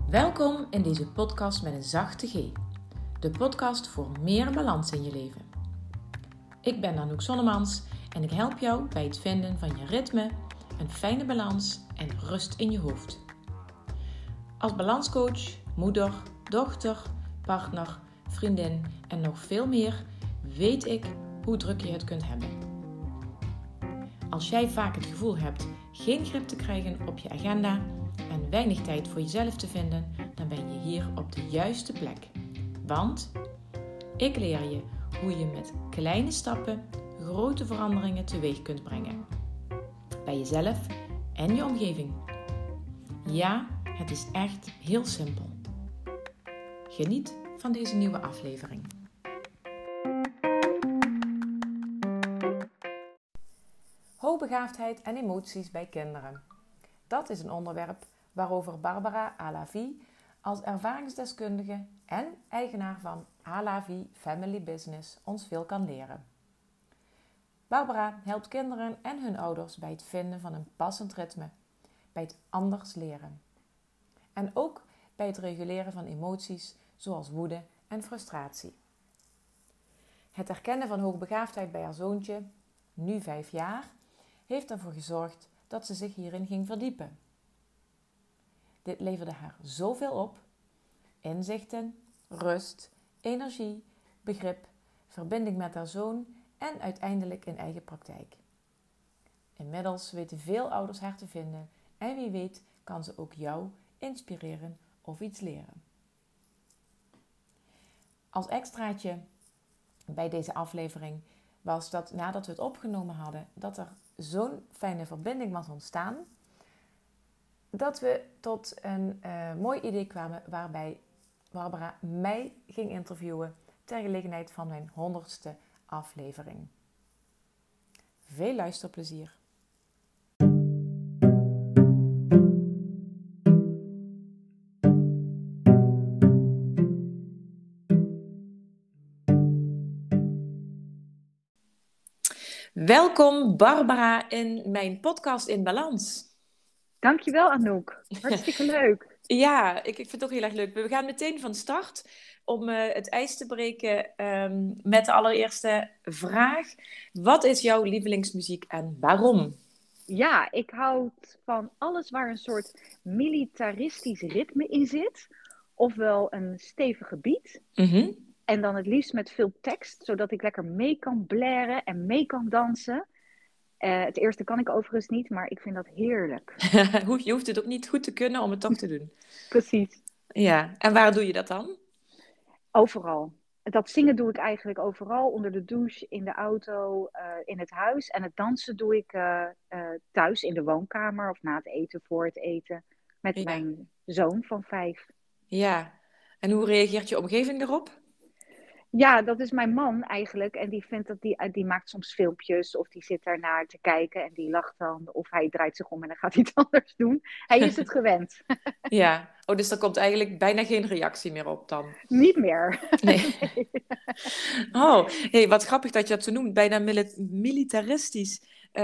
Welkom in deze podcast met een zachte G. De podcast voor meer balans in je leven. Ik ben Anouk Sonnemans en ik help jou bij het vinden van je ritme, een fijne balans en rust in je hoofd. Als balanscoach, moeder, dochter, partner, vriendin en nog veel meer weet ik hoe druk je het kunt hebben. Als jij vaak het gevoel hebt geen grip te krijgen op je agenda en weinig tijd voor jezelf te vinden, dan ben je hier op de juiste plek. Want ik leer je hoe je met kleine stappen grote veranderingen teweeg kunt brengen. Bij jezelf en je omgeving. Ja, het is echt heel simpel. Geniet van deze nieuwe aflevering. Hoogbegaafdheid en emoties bij kinderen. Dat is een onderwerp waarover Barbara Alavi als ervaringsdeskundige en eigenaar van Alavi Family Business ons veel kan leren. Barbara helpt kinderen en hun ouders bij het vinden van een passend ritme, bij het anders leren. En ook bij het reguleren van emoties zoals woede en frustratie. Het erkennen van hoogbegaafdheid bij haar zoontje, nu 5 jaar, heeft ervoor gezorgd dat ze zich hierin ging verdiepen. Dit leverde haar zoveel op: inzichten, rust, energie, begrip, verbinding met haar zoon en uiteindelijk een eigen praktijk. Inmiddels weten veel ouders haar te vinden en wie weet kan ze ook jou inspireren of iets leren. Als extraatje bij deze aflevering was dat nadat we het opgenomen hadden, dat er zo'n fijne verbinding was ontstaan, dat we tot een mooi idee kwamen waarbij Barbara mij ging interviewen ter gelegenheid van mijn 100ste aflevering. Veel luisterplezier! Welkom Barbara in mijn podcast In Balans. Dankjewel Anouk, hartstikke leuk. Ja, ik vind het ook heel erg leuk. We gaan meteen van start om het ijs te breken met de allereerste vraag. Wat is jouw lievelingsmuziek en waarom? Ja, ik houd van alles waar een soort militaristisch ritme in zit. Ofwel een stevige beat. En dan het liefst met veel tekst, zodat ik lekker mee kan blaren en mee kan dansen. Het eerste kan ik overigens niet, maar ik vind dat heerlijk. Je hoeft het ook niet goed te kunnen om het toch te doen. Precies. Ja, en waar doe je dat dan? Overal. Dat zingen doe ik eigenlijk overal. Onder de douche, in de auto, in het huis. En het dansen doe ik thuis in de woonkamer of na het eten, voor het eten. Met mijn zoon van 5. Ja, en hoe reageert je omgeving erop? Ja, dat is mijn man eigenlijk. En die vindt dat die maakt soms filmpjes of die zit daarnaar te kijken en die lacht dan. Of hij draait zich om en dan gaat hij iets anders doen. Hij is het gewend. Ja, dus er komt eigenlijk bijna geen reactie meer op dan? Niet meer. Nee. Oh, hey, wat grappig dat je dat zo noemt. Bijna militaristisch.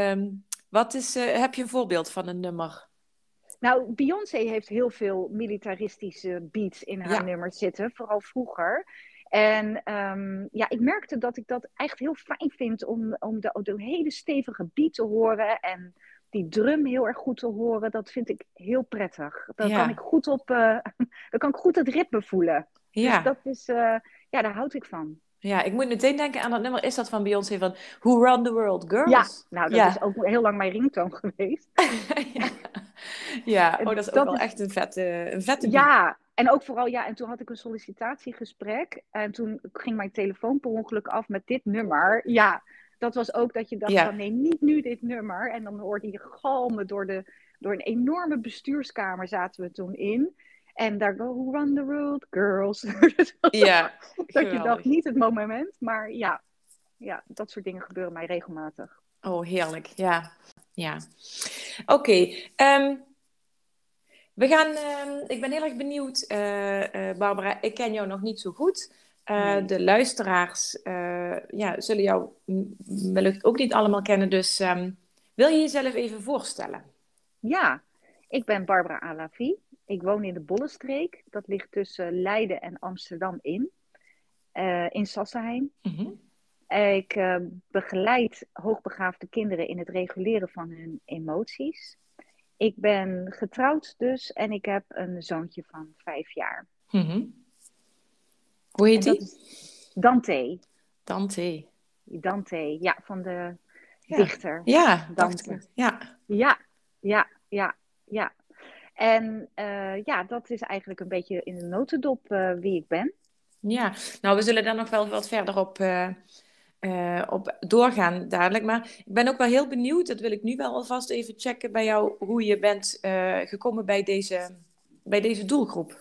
Heb je een voorbeeld van een nummer? Nou, Beyoncé heeft heel veel militaristische beats in haar nummers zitten. Vooral vroeger. En ik merkte dat ik dat echt heel fijn vind om de hele stevige beat te horen. En die drum heel erg goed te horen. Dat vind ik heel prettig. Dan kan ik goed dan kan ik goed het ritme voelen. Ja. Dus dat is, daar houd ik van. Ja, ik moet meteen denken aan dat nummer. Is dat van Beyoncé van Who Run the World, Girls? Ja, nou dat is ook heel lang mijn ringtoon geweest. Ja, dat is ook wel echt een vette beat. Ja, en ook vooral, en toen had ik een sollicitatiegesprek. En toen ging mijn telefoon per ongeluk af met dit nummer. Ja, dat was ook dat je dacht van nee, niet nu dit nummer. En dan hoorde je galmen door een enorme bestuurskamer zaten we toen in. En daar go Who Run the World, Girls. Ja, dat je dacht, niet het moment, maar ja, dat soort dingen gebeuren mij regelmatig. Oh, heerlijk, ja. Oké, ik ben heel erg benieuwd, Barbara, ik ken jou nog niet zo goed. De luisteraars zullen jou wellicht ook niet allemaal kennen, dus wil je jezelf even voorstellen? Ja, Ik ben Barbara Alavi. Ik woon in de Bollenstreek. Dat ligt tussen Leiden en Amsterdam in Sassenheim. Mhm. Ik begeleid hoogbegaafde kinderen in het reguleren van hun emoties. Ik ben getrouwd dus en ik heb een zoontje van 5 jaar. Mhm. Hoe heet En dat die? is Dante. Dante. Dante, ja, van de Ja, dichter ja, dacht ik. Dante. Ja. Ja, ja, ja, ja. En ja, dat is eigenlijk een beetje in de notendop wie ik ben. Ja, nou, we zullen daar nog wel wat verder op doorgaan dadelijk. Maar ik ben ook wel heel benieuwd, dat wil ik nu wel alvast even checken bij jou, hoe je bent gekomen bij deze doelgroep.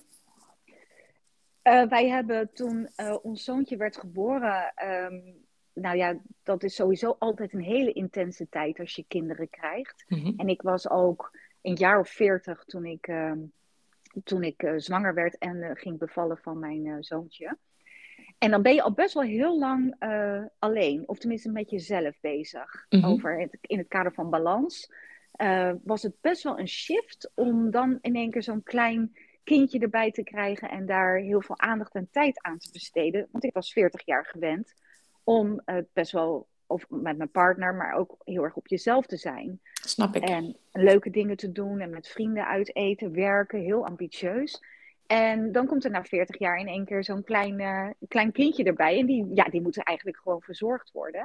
Wij hebben toen ons zoontje werd geboren. Nou ja, dat is sowieso altijd een hele intense tijd als je kinderen krijgt. Mhm. En ik was ook een jaar of 40 toen ik zwanger werd en ging bevallen van mijn zoontje. En dan ben je al best wel heel lang alleen, of tenminste met jezelf bezig. Mhm. In het kader van balans was het best wel een shift om dan in één keer zo'n klein kindje erbij te krijgen en daar heel veel aandacht en tijd aan te besteden. Want ik was 40 jaar gewend om best wel, of met mijn partner, maar ook heel erg op jezelf te zijn. Snap ik. En leuke dingen te doen en met vrienden uit eten, werken, heel ambitieus. En dan komt er na 40 jaar in één keer zo'n klein kindje erbij. En die moeten eigenlijk gewoon verzorgd worden.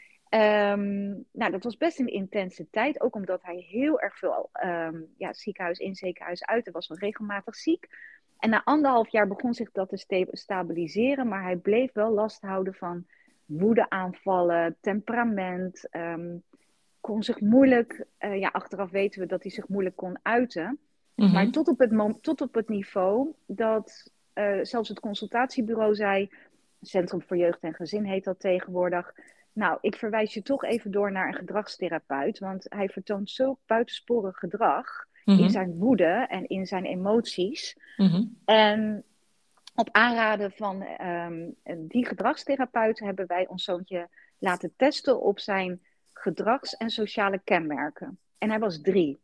Nou, dat was best een intense tijd. Ook omdat hij heel erg veel ziekenhuis in, ziekenhuis uit. Hij was wel regelmatig ziek. En na 1,5 jaar begon zich dat te stabiliseren. Maar hij bleef wel last houden van woedeaanvallen, temperament. Kon zich moeilijk, achteraf weten we dat hij zich moeilijk kon uiten. Maar Mhm. tot op het niveau dat zelfs het consultatiebureau zei, Centrum voor Jeugd en Gezin heet dat tegenwoordig. Nou, ik verwijs je toch even door naar een gedragstherapeut, want hij vertoont zo buitensporig gedrag in Mhm. zijn woede en in zijn emoties. Mhm. En op aanraden van die gedragstherapeut hebben wij ons zoontje laten testen op zijn gedrags- en sociale kenmerken. En hij was 3.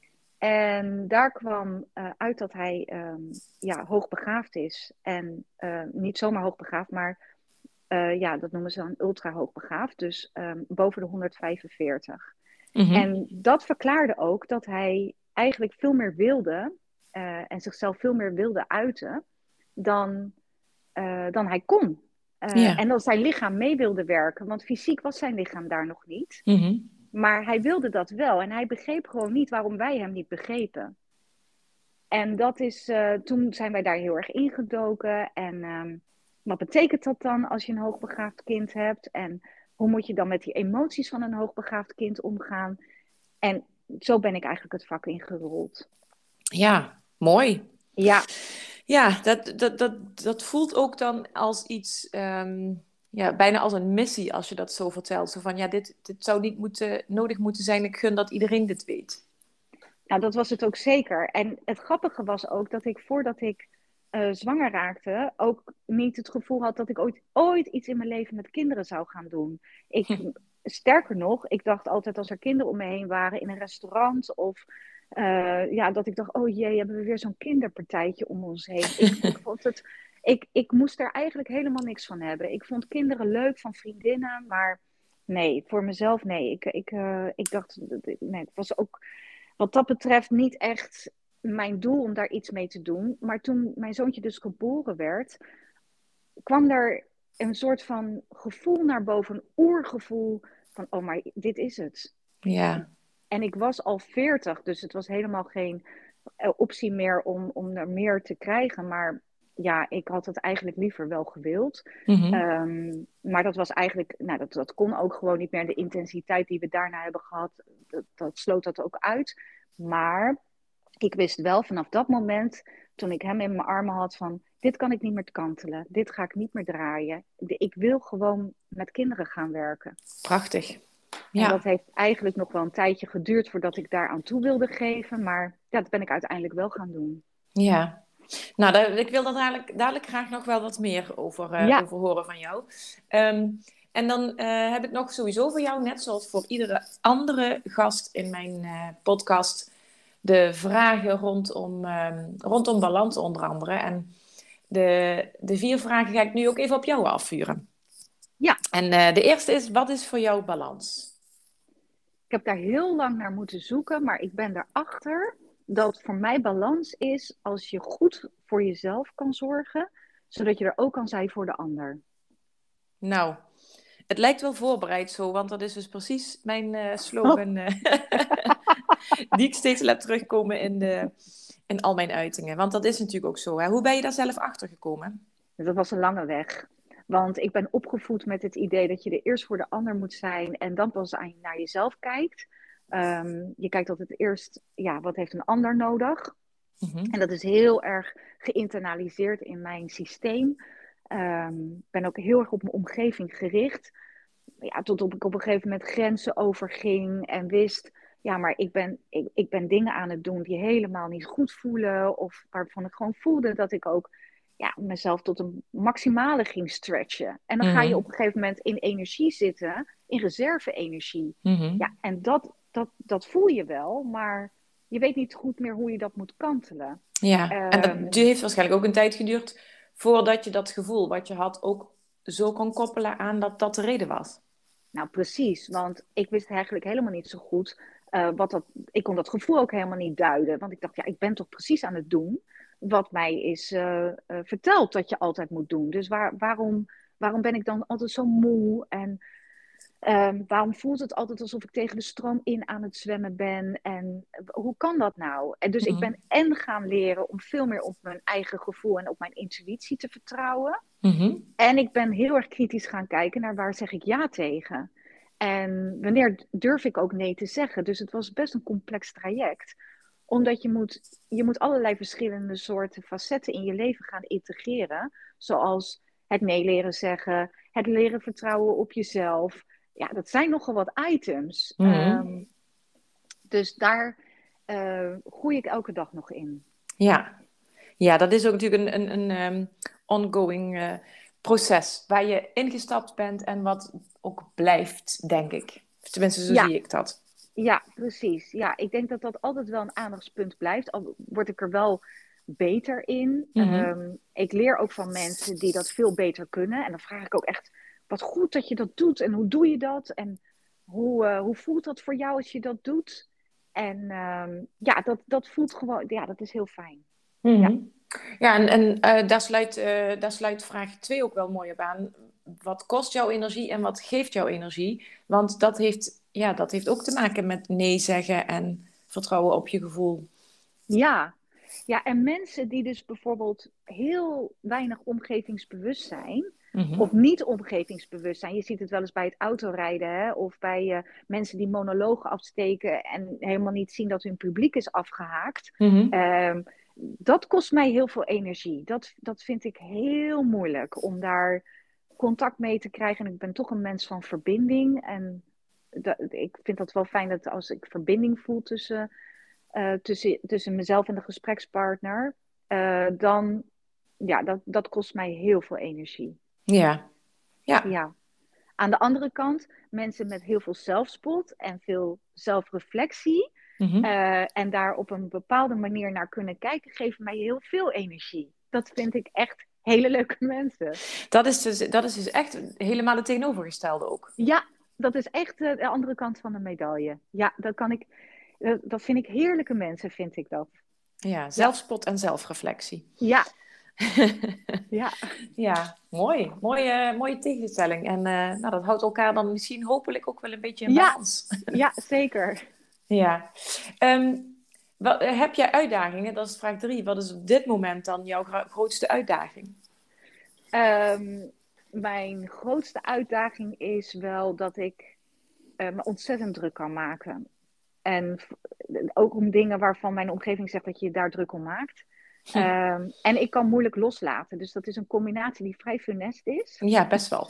En daar kwam uit dat hij hoogbegaafd is. En niet zomaar hoogbegaafd, maar dat noemen ze dan ultra hoogbegaafd. Dus boven de 145. Mhm. En dat verklaarde ook dat hij eigenlijk veel meer wilde en zichzelf veel meer wilde uiten dan hij kon. Ja. En dat zijn lichaam mee wilde werken, want fysiek was zijn lichaam daar nog niet. Mhm. Maar hij wilde dat wel en hij begreep gewoon niet waarom wij hem niet begrepen. En dat is, toen zijn wij daar heel erg ingedoken. En wat betekent dat dan als je een hoogbegaafd kind hebt? En hoe moet je dan met die emoties van een hoogbegaafd kind omgaan? En zo ben ik eigenlijk het vak ingerold. Ja, mooi. Ja, Ja, dat voelt ook dan als iets, ja, bijna als een missie als je dat zo vertelt. Zo van, ja, dit zou niet nodig moeten zijn. Ik gun dat iedereen dit weet. nou dat was het ook zeker. En het grappige was ook dat ik voordat ik zwanger raakte, ook niet het gevoel had dat ik ooit iets in mijn leven met kinderen zou gaan doen. Sterker nog, ik dacht altijd als er kinderen om me heen waren in een restaurant of dat ik dacht, oh jee, hebben we weer zo'n kinderpartijtje om ons heen. Ik vond het, ik moest er eigenlijk helemaal niks van hebben. Ik vond kinderen leuk van vriendinnen, maar nee, voor mezelf nee. Ik dacht, nee, het was ook wat dat betreft niet echt mijn doel om daar iets mee te doen. Maar toen mijn zoontje dus geboren werd, kwam er een soort van gevoel naar boven, een oergevoel van, oh maar dit is het. Ja, En ik was al 40, dus het was helemaal geen optie meer om er meer te krijgen. Maar ja, ik had het eigenlijk liever wel gewild. mhm. Maar dat was eigenlijk, nou, dat kon ook gewoon niet meer. De intensiteit die we daarna hebben gehad, dat sloot dat ook uit. Maar ik wist wel vanaf dat moment, toen ik hem in mijn armen had, van dit kan ik niet meer kantelen. Dit ga ik niet meer draaien. Ik wil gewoon met kinderen gaan werken. Prachtig. En dat Ja, heeft eigenlijk nog wel een tijdje geduurd voordat ik daar aan toe wilde geven. Maar ja, dat ben ik uiteindelijk wel gaan doen. ja. Nou, ik wil daar dadelijk graag nog wel wat meer Ja, over horen van jou. Ehm, en dan heb ik nog sowieso voor jou, net zoals voor iedere andere gast in mijn podcast, de vragen rondom balans onder andere. En de 4 vragen ga ik nu ook even op jou afvuren. Ja, En de eerste is, wat is voor jou balans? ik heb daar heel lang naar moeten zoeken, maar ik ben erachter dat voor mij balans is als je goed voor jezelf kan zorgen, zodat je er ook kan zijn voor de ander. Nou, het lijkt wel voorbereid zo, want dat is dus precies mijn Oh. slogan die ik steeds laat terugkomen in al mijn uitingen. Want dat is natuurlijk ook zo. Hè? Hoe ben je daar zelf achter gekomen? Dat was een lange weg. Want ik ben opgevoed met het idee dat je er eerst voor de ander moet zijn en dan pas naar jezelf kijkt. Je kijkt altijd eerst, ja, wat heeft een ander nodig? Mhm. En dat is heel erg geïnternaliseerd in mijn systeem. Ik ben ook heel erg op mijn omgeving gericht. Ja, tot op ik op een gegeven moment grenzen overging en wist, ja, maar ik ben dingen aan het doen die helemaal niet goed voelen. Of waarvan ik gewoon voelde dat ik ook ja, mezelf tot een maximale ging stretchen. En dan ga je Mhm. op een gegeven moment in energie zitten, in reserve-energie. Mhm. Ja, en dat voel je wel, maar je weet niet goed meer hoe je dat moet kantelen. Ja, en dat Ehm, heeft waarschijnlijk ook een tijd geduurd voordat je dat gevoel wat je had ook zo kon koppelen aan dat dat de reden was. Nou, precies, want ik wist eigenlijk helemaal niet zo goed wat dat. Ik kon dat gevoel ook helemaal niet duiden, want ik dacht, ja, ik ben toch precies aan het doen wat mij is verteld dat je altijd moet doen. Dus waarom ben ik dan altijd zo moe en waarom voelt het altijd alsof ik tegen de stroom in aan het zwemmen ben? En hoe kan dat nou? En dus ik Mhm. ben en gaan leren om veel meer op mijn eigen gevoel en op mijn intuïtie te vertrouwen. Mhm. En ik ben heel erg kritisch gaan kijken naar waar zeg ik ja tegen. En wanneer durf ik ook nee te zeggen. Dus het was best een complex traject. Omdat je moet allerlei verschillende soorten facetten in je leven gaan integreren. Zoals het nee leren zeggen, het leren vertrouwen op jezelf. Ja, dat zijn nogal wat items. Mhm. Dus daar groei ik elke dag nog in. Ja. Ja, dat is ook natuurlijk een ongoing proces waar je ingestapt bent en wat ook blijft, denk ik. Tenminste, zo Ja, zie ik dat. ja, precies. Ja, ik denk dat dat altijd wel een aandachtspunt blijft. Al word ik er wel beter in. Mhm. Ik leer ook van mensen die dat veel beter kunnen. En dan vraag ik ook echt, wat goed dat je dat doet. En hoe doe je dat? En hoe voelt dat voor jou als je dat doet? En ja, dat voelt gewoon, ja, dat is heel fijn. Ja, Mhm. Ja, en daar sluit vraag 2 ook wel mooi op aan. Wat kost jouw energie en wat geeft jouw energie? Want dat heeft ook te maken met nee zeggen en vertrouwen op je gevoel. ja. Ja, en mensen die dus bijvoorbeeld heel weinig omgevingsbewust zijn, of Mhm. niet omgevingsbewust zijn. Je ziet het wel eens bij het autorijden, hè? Of bij mensen die monologen afsteken en helemaal niet zien dat hun publiek is afgehaakt. Mhm. Ehm, dat kost mij heel veel energie. Dat vind ik heel moeilijk om daar contact mee te krijgen. En ik ben toch een mens van verbinding. En ik vind dat wel fijn dat als ik verbinding voel tussen mezelf en de gesprekspartner, dan ja, dat kost mij heel veel energie. Ja, ja. Ja. Aan de andere kant, mensen met heel veel zelfspot en veel zelfreflectie Mhm. en daar op een bepaalde manier naar kunnen kijken, geven mij heel veel energie. Dat vind ik echt hele leuke mensen. Dat is dus echt helemaal het tegenovergestelde ook. Ja, dat is echt de andere kant van de medaille. Ja, dat vind ik heerlijke mensen, vind ik dat. Ja, Ja, zelfspot en zelfreflectie. ja, ja. Ja, mooi. Mooie tegenstelling. En nou, dat houdt elkaar dan misschien hopelijk ook wel een beetje in Ja, balans. ja, zeker. Ja. Heb jij uitdagingen? Dat is vraag 3. Wat is op dit moment dan jouw grootste uitdaging? Ehm, mijn grootste uitdaging is wel dat ik me ontzettend druk kan maken. En ook om dingen waarvan mijn omgeving zegt dat je je daar druk om maakt. En ik kan moeilijk loslaten. Dus dat is een combinatie die vrij funest is. Ja, best wel.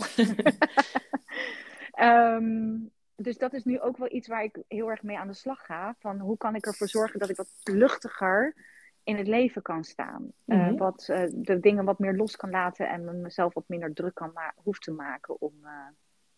Ehm, dus dat is nu ook wel iets waar ik heel erg mee aan de slag ga. Van hoe kan ik ervoor zorgen dat ik wat luchtiger in het leven kan staan. Mhm. De dingen wat meer los kan laten en mezelf wat minder druk hoef te maken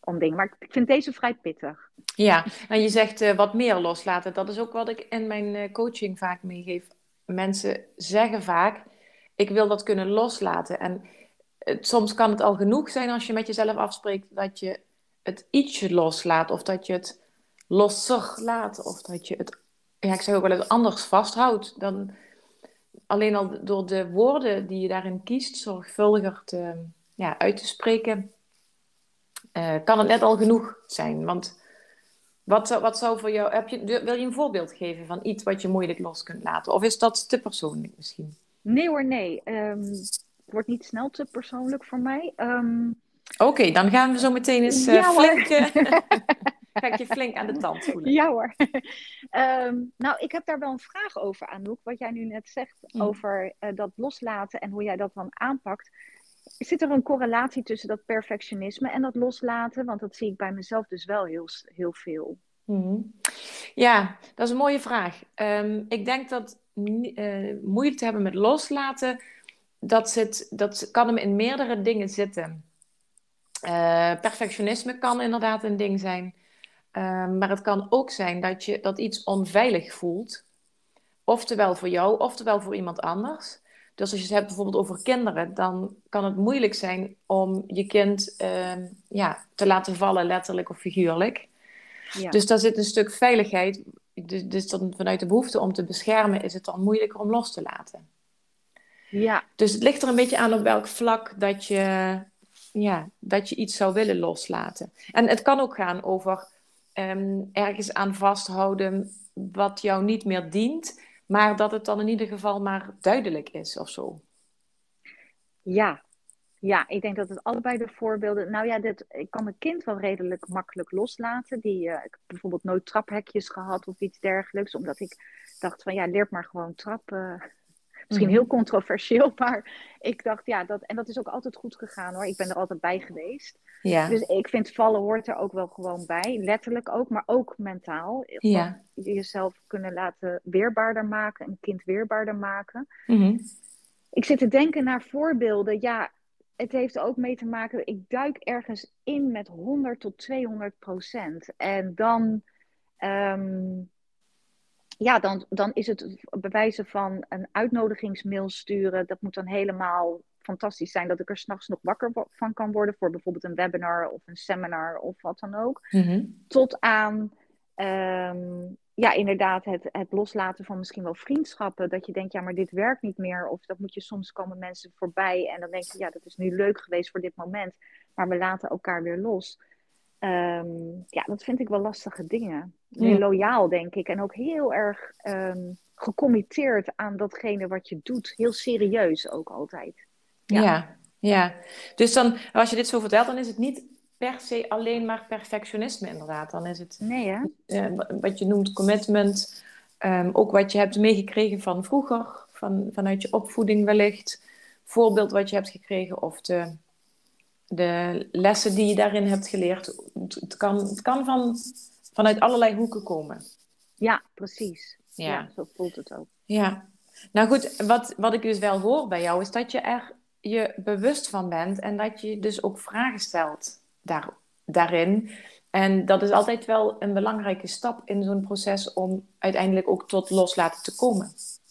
om dingen. Maar ik vind deze vrij pittig. Ja, en je zegt wat meer loslaten. Dat is ook wat ik in mijn coaching vaak meegeef. Mensen zeggen vaak, ik wil dat kunnen loslaten. En soms kan het al genoeg zijn als je met jezelf afspreekt dat je het ietsje loslaat. Of dat je het losser laat. Of dat je het, ja, ik zeg ook wel eens anders vasthoudt. Dan alleen al door de woorden die je daarin kiest, zorgvuldiger uit te spreken, kan het net al genoeg zijn. Want wat zou voor jou... Wil je een voorbeeld geven van iets wat je moeilijk los kunt laten? Of is dat te persoonlijk misschien? Nee hoor, nee. Het wordt niet snel te persoonlijk voor mij. Oké, dan gaan we zo meteen eens Ja hoor. ga ik je flink aan de tand voelen. Ja hoor. Nou, ik heb daar wel een vraag over, Anouk. Wat jij nu net zegt over dat loslaten en hoe jij dat dan aanpakt. Zit er een correlatie tussen dat perfectionisme en dat loslaten? Want dat zie ik bij mezelf dus wel heel veel. Ja, dat is een mooie vraag. Ik denk dat moeite te hebben met loslaten, dat kan hem in meerdere dingen zitten. Perfectionisme kan inderdaad een ding zijn. Maar het kan ook zijn dat iets onveilig voelt. Oftewel voor jou, oftewel voor iemand anders. Dus als je het hebt bijvoorbeeld over kinderen, dan kan het moeilijk zijn om je kind te laten vallen, letterlijk of figuurlijk. Ja. Dus daar zit een stuk veiligheid. Dus dan vanuit de behoefte om te beschermen is het dan moeilijker om los te laten. Ja. Dus het ligt er een beetje aan op welk vlak dat je iets zou willen loslaten. En het kan ook gaan over ergens aan vasthouden wat jou niet meer dient, maar dat het dan in ieder geval maar duidelijk is of zo. Ja, ik denk dat het allebei de voorbeelden... Nou ja, ik kan mijn kind wel redelijk makkelijk loslaten. Ik heb bijvoorbeeld nooit traphekjes gehad of iets dergelijks. Omdat ik dacht van leer maar gewoon trappen. Misschien heel controversieel, maar ik dacht dat is ook altijd goed gegaan hoor. Ik ben er altijd bij geweest. Ja. Dus ik vind vallen hoort er ook wel gewoon bij. Letterlijk ook, maar ook mentaal. Ja. Jezelf kunnen laten weerbaarder maken. Een kind weerbaarder maken. Mm-hmm. Ik zit te denken naar voorbeelden. Ja, het heeft ook mee te maken. Ik duik ergens in met 100 tot 200%. En dan... dan is het bij wijze van een uitnodigingsmail sturen. Dat moet dan helemaal fantastisch zijn. Dat ik er 's nachts nog wakker van kan worden. Voor bijvoorbeeld een webinar of een seminar of wat dan ook. Mm-hmm. Tot aan inderdaad het loslaten van misschien wel vriendschappen. Dat je denkt, maar dit werkt niet meer. Of dat moet je soms komen mensen voorbij. En dan denk je, dat is nu leuk geweest voor dit moment. Maar we laten elkaar weer los. Dat vind ik wel lastige dingen. Heel loyaal, denk ik. En ook heel erg gecommitteerd aan datgene wat je doet. Heel serieus ook altijd. Ja. Dus dan, als je dit zo vertelt, dan is het niet per se alleen maar perfectionisme inderdaad. Dan is het wat je noemt commitment. Ook wat je hebt meegekregen van vroeger. Vanuit je opvoeding wellicht. Voorbeeld wat je hebt gekregen of de lessen die je daarin hebt geleerd. Het kan vanuit allerlei hoeken komen. Ja, precies. Ja, zo voelt het ook. Ja. Nou goed, wat ik dus wel hoor bij jou is dat je er je bewust van bent en dat je dus ook vragen stelt daarin. En dat is altijd wel een belangrijke stap in zo'n proces om uiteindelijk ook tot loslaten te komen.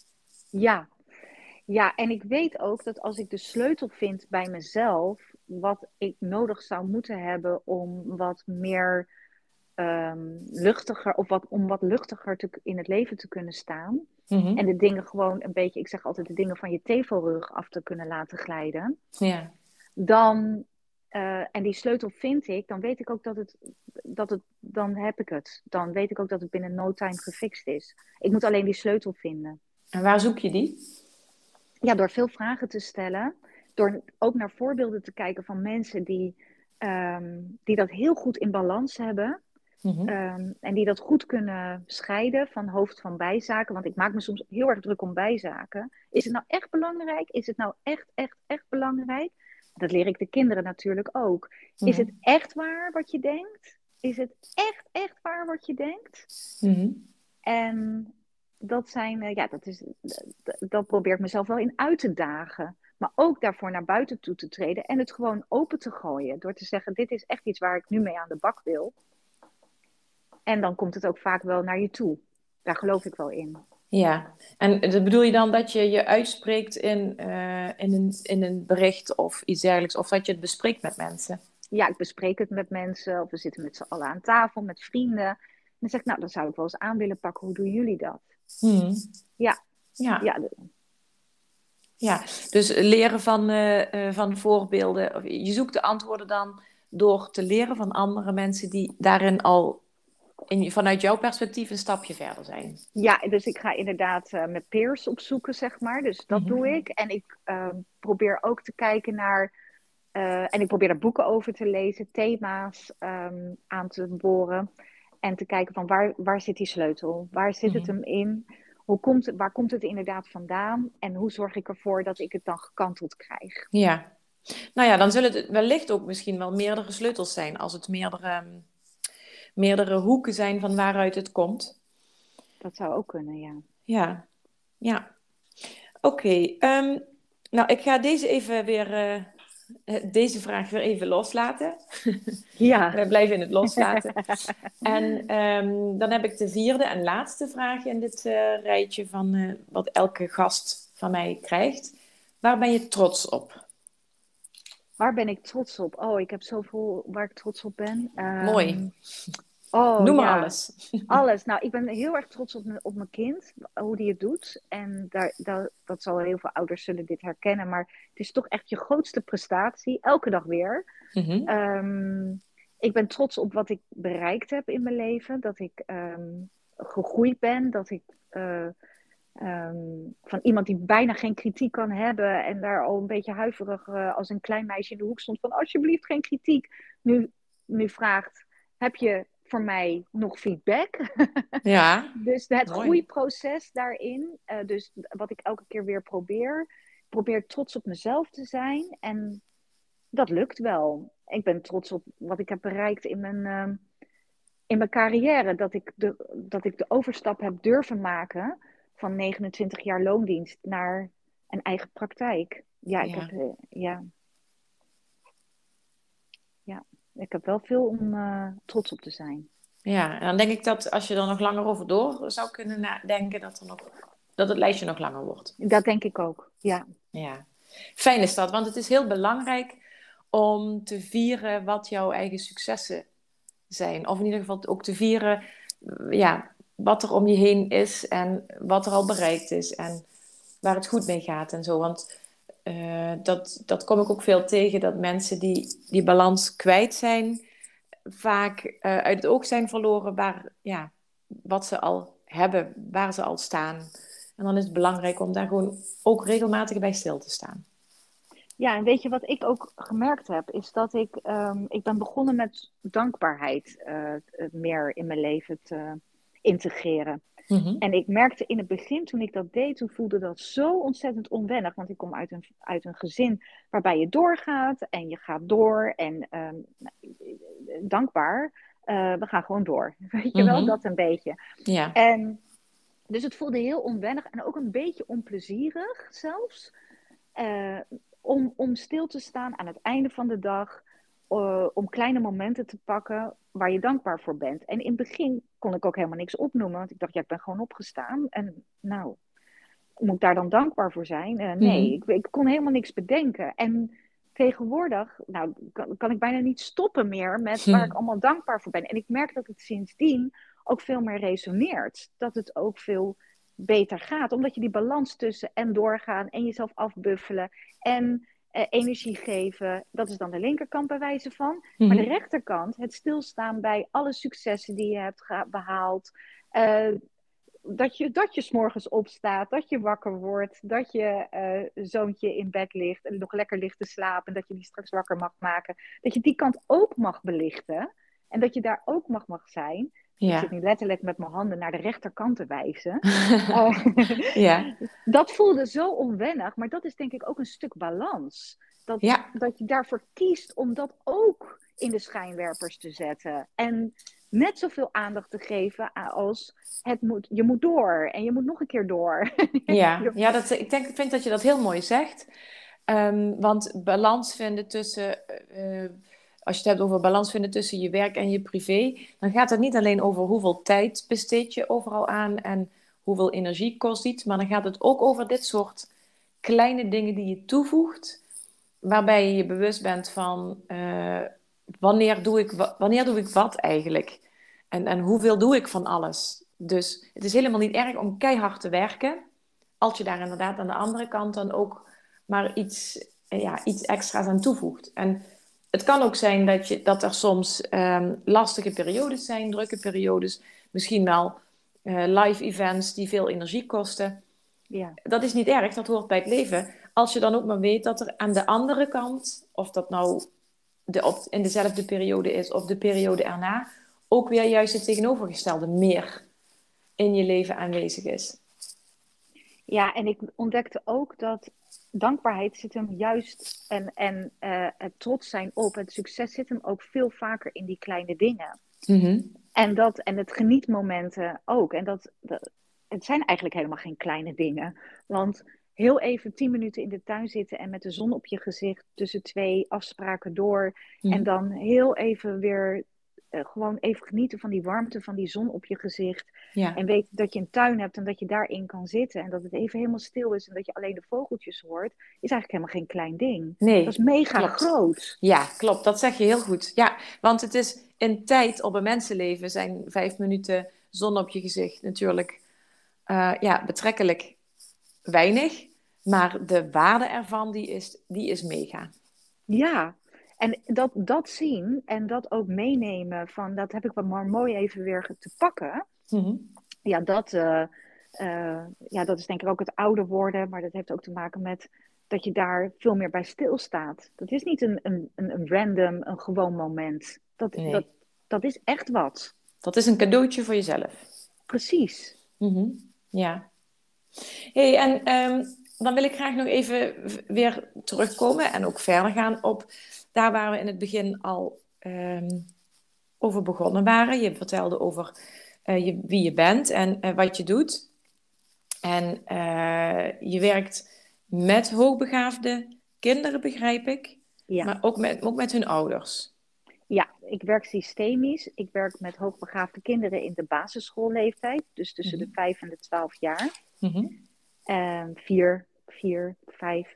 Ja, en ik weet ook dat als ik de sleutel vind bij mezelf, wat ik nodig zou moeten hebben om wat meer luchtiger, om wat luchtiger in het leven te kunnen staan. Mm-hmm. En de dingen gewoon een beetje, ik zeg altijd, de dingen van je tevelrug af te kunnen laten glijden. Ja. En die sleutel vind ik, dan weet ik ook dan heb ik het. Dan weet ik ook dat het binnen no time gefixt is. Ik moet alleen die sleutel vinden. En waar zoek je die? Ja, door veel vragen te stellen. Door ook naar voorbeelden te kijken van mensen die dat heel goed in balans hebben. Mm-hmm. En die dat goed kunnen scheiden van hoofd van bijzaken. Want ik maak me soms heel erg druk om bijzaken. Is het nou echt belangrijk? Is het nou echt belangrijk? Dat leer ik de kinderen natuurlijk ook. Mm-hmm. Is het echt waar wat je denkt? Is het echt waar wat je denkt? Mm-hmm. En dat probeer ik mezelf wel in uit te dagen. Maar ook daarvoor naar buiten toe te treden en het gewoon open te gooien. Door te zeggen, dit is echt iets waar ik nu mee aan de bak wil. En dan komt het ook vaak wel naar je toe. Daar geloof ik wel in. Ja, en bedoel je dan dat je je uitspreekt in een bericht of iets dergelijks, of dat je het bespreekt met mensen? Ja, ik bespreek het met mensen. Of we zitten met z'n allen aan tafel, met vrienden. En dan zeg ik, nou, dat zou ik wel eens aan willen pakken. Hoe doen jullie dat? Hmm. Ja, Ja. ja, Ja, dus leren van voorbeelden. Je zoekt de antwoorden dan door te leren van andere mensen die daarin al vanuit jouw perspectief een stapje verder zijn. ja, dus ik ga inderdaad met peers opzoeken, zeg maar. Dus dat doe Mhm. ik. En ik probeer ook te kijken naar... en ik probeer er boeken over te lezen, thema's aan te boren. En te kijken van waar zit die sleutel? Waar zit het Mhm. hem in? Waar komt het inderdaad vandaan? En hoe zorg ik ervoor dat ik het dan gekanteld krijg? Ja, nou ja, dan zullen het wellicht ook misschien wel meerdere sleutels zijn als het meerdere hoeken zijn van waaruit het komt. Dat zou ook kunnen, ja. Ja, ja. Oké, nou ik ga deze vraag weer even loslaten. Ja. We blijven in het loslaten. En dan heb ik de vierde en laatste vraag in dit rijtje van wat elke gast van mij krijgt. Waar ben je trots op? Waar ben ik trots op? Oh, ik heb zoveel waar ik trots op ben. Mooi. Oh Noem maar ja, alles. alles. Nou, ik ben heel erg trots op mijn kind, hoe die het doet. En dat zal heel veel ouders zullen dit herkennen. Maar het is toch echt je grootste prestatie, elke dag weer. Mhm. Ehm, ik ben trots op wat ik bereikt heb in mijn leven. Dat ik gegroeid ben. Dat ik van iemand die bijna geen kritiek kan hebben. En daar al een beetje huiverig als een klein meisje in de hoek stond. Van alsjeblieft geen kritiek. Nu vraagt, heb je voor mij nog feedback? Ja, Dus het mooi. groeiproces daarin. Dus wat ik elke keer weer probeer. Ik probeer trots op mezelf te zijn. En dat lukt wel. Ik ben trots op wat ik heb bereikt in mijn carrière. Dat ik de overstap heb durven maken van 29 jaar loondienst naar een eigen praktijk. Ja, Ja. ik heb wel veel om trots op te zijn. Ja, en dan denk ik dat als je er nog langer over door zou kunnen nadenken, dat het lijstje nog langer wordt. Dat denk ik ook, ja. Ja, fijn is dat, want het is heel belangrijk om te vieren wat jouw eigen successen zijn. Of in ieder geval ook te vieren, ja, wat er om je heen is en wat er al bereikt is en waar het goed mee gaat en zo. Want dat kom ik ook veel tegen, dat mensen die balans kwijt zijn, vaak uit het oog zijn verloren wat ze al hebben, waar ze al staan. En dan is het belangrijk om daar gewoon ook regelmatig bij stil te staan. Ja, en weet je wat ik ook gemerkt heb, is dat ik ben begonnen met dankbaarheid meer in mijn leven te integreren. Mhm. En ik merkte in het begin, toen ik dat deed, toen voelde dat zo ontzettend onwennig. Want ik kom uit een gezin waarbij je doorgaat en je gaat door en dankbaar, we gaan gewoon door. Weet je wel, Mhm. dat een beetje. Ja. En dus het voelde heel onwennig en ook een beetje onplezierig zelfs. eh, om stil te staan aan het einde van de dag. Om kleine momenten te pakken waar je dankbaar voor bent. En in het begin kon ik ook helemaal niks opnoemen. Want ik dacht, ja, ik ben gewoon opgestaan. En nou, moet ik daar dan dankbaar voor zijn? Nee, Mhm. ik kon helemaal niks bedenken. En tegenwoordig nou, kan ik bijna niet stoppen meer met waar ik Hm. allemaal dankbaar voor ben. En ik merk dat het sindsdien ook veel meer resoneert. Dat het ook veel beter gaat. Omdat je die balans tussen en doorgaan en jezelf afbuffelen en energie geven. Dat is dan de linkerkant bij wijze van. Maar de Mhm. rechterkant, het stilstaan bij alle successen die je hebt behaald. Uh, dat je 's morgens opstaat, dat je wakker wordt, dat je zoontje in bed ligt en nog lekker ligt te slapen, dat je die straks wakker mag maken. Dat je die kant ook mag belichten en dat je daar ook mag zijn. Ik zit Ja. nu letterlijk met mijn handen naar de rechterkant te wijzen. Uh, Ja. dat voelde zo onwennig, maar dat is denk ik ook een stuk balans. Ja. Dat je daarvoor kiest om dat ook in de schijnwerpers te zetten. En net zoveel aandacht te geven als je moet door en je moet nog een keer door. Ja. Ja, ik vind dat je dat heel mooi zegt. Want balans vinden tussen, als je het hebt over balans vinden tussen je werk en je privé, dan gaat het niet alleen over hoeveel tijd besteed je overal aan en hoeveel energie kost iets, maar dan gaat het ook over dit soort kleine dingen die je toevoegt, waarbij je je bewust bent van wanneer doe ik wat eigenlijk en hoeveel doe ik van alles. Dus het is helemaal niet erg om keihard te werken, als je daar inderdaad aan de andere kant dan ook maar iets extra's aan toevoegt. En het kan ook zijn dat er soms lastige periodes zijn, drukke periodes, misschien wel live events die veel energie kosten. Ja. Dat is niet erg, dat hoort bij het leven. Als je dan ook maar weet dat er aan de andere kant, of dat nou in dezelfde periode is of de periode erna, ook weer juist het tegenovergestelde meer in je leven aanwezig is. Ja, en ik ontdekte ook dat dankbaarheid zit hem juist en het trots zijn op het succes zit hem ook veel vaker in die kleine dingen. Mm-hmm. En het genietmomenten ook. Het zijn eigenlijk helemaal geen kleine dingen. Want heel even 10 minuten in de tuin zitten en met de zon op je gezicht tussen 2 afspraken door. Mm-hmm. En dan heel even weer gewoon even genieten van die warmte van die zon op je gezicht. Ja. En weet dat je een tuin hebt en dat je daarin kan zitten. En dat het even helemaal stil is en dat je alleen de vogeltjes hoort. Is eigenlijk helemaal geen klein ding. Nee, dat is mega klopt. groot. Ja, klopt. Dat zeg je heel goed. Ja, want het is in tijd op een mensenleven zijn 5 minuten zon op je gezicht natuurlijk betrekkelijk weinig. Maar de waarde ervan, die is mega. Ja, en dat zien en dat ook meenemen van dat heb ik wel maar mooi even weer te pakken. Mm-hmm. Ja, dat is denk ik ook het ouder worden, maar dat heeft ook te maken met dat je daar veel meer bij stilstaat. Dat is niet een random, een gewoon moment. Nee. Dat is echt wat. Dat is een cadeautje voor jezelf. Precies. Mm-hmm. Ja. Hey, en dan wil ik graag nog even weer terugkomen en ook verder gaan op daar waar we in het begin al over begonnen waren. Je vertelde over wie je bent en wat je doet. En je werkt met hoogbegaafde kinderen, begrijp ik. Ja. Maar ook met hun ouders. Ja, ik werk systemisch. Ik werk met hoogbegaafde kinderen in de basisschoolleeftijd. Dus tussen de 5 en de 12 jaar. Mm-hmm. 4, 5.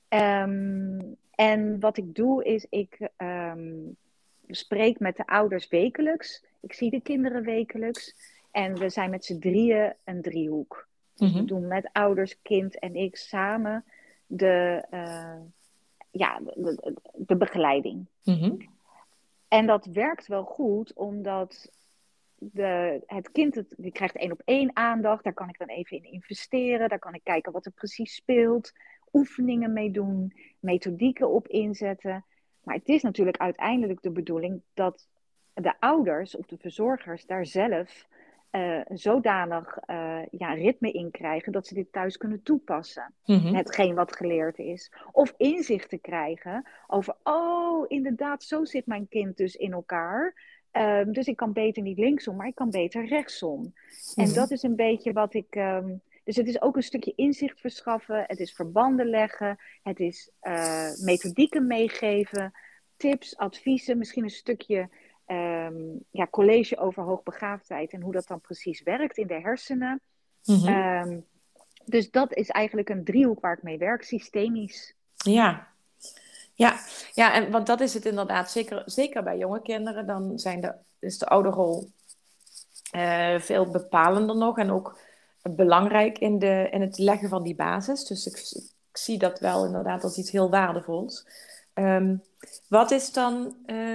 En wat ik doe is, ik spreek met de ouders wekelijks. Ik zie de kinderen wekelijks. En we zijn met z'n drieën een driehoek. Dus we doen met ouders, kind en ik samen de begeleiding. Mm-hmm. En dat werkt wel goed, omdat het kind die krijgt 1-op-1 aandacht. Daar kan ik dan even in investeren. Daar kan ik kijken wat er precies speelt. Oefeningen mee doen. Methodieken op inzetten. Maar het is natuurlijk uiteindelijk de bedoeling dat de ouders of de verzorgers daar zelf zodanig ritme in krijgen dat ze dit thuis kunnen toepassen. Mm-hmm. Hetgeen wat geleerd is. Of inzicht te krijgen over, oh, inderdaad, zo zit mijn kind dus in elkaar. Dus ik kan beter niet linksom, maar ik kan beter rechtsom. Mm-hmm. En dat is een beetje wat ik... dus het is ook een stukje inzicht verschaffen. Het is verbanden leggen. Het is methodieken meegeven. Tips, adviezen. Misschien een stukje college over hoogbegaafdheid. En hoe dat dan precies werkt in de hersenen. Mm-hmm. Dus dat is eigenlijk een driehoek waar ik mee werk. Systemisch. Ja, en want dat is het inderdaad. Zeker bij jonge kinderen. Dan is de ouderrol veel bepalender nog. En ook belangrijk in het leggen van die basis. Dus ik zie dat wel inderdaad als iets heel waardevols. Wat is dan...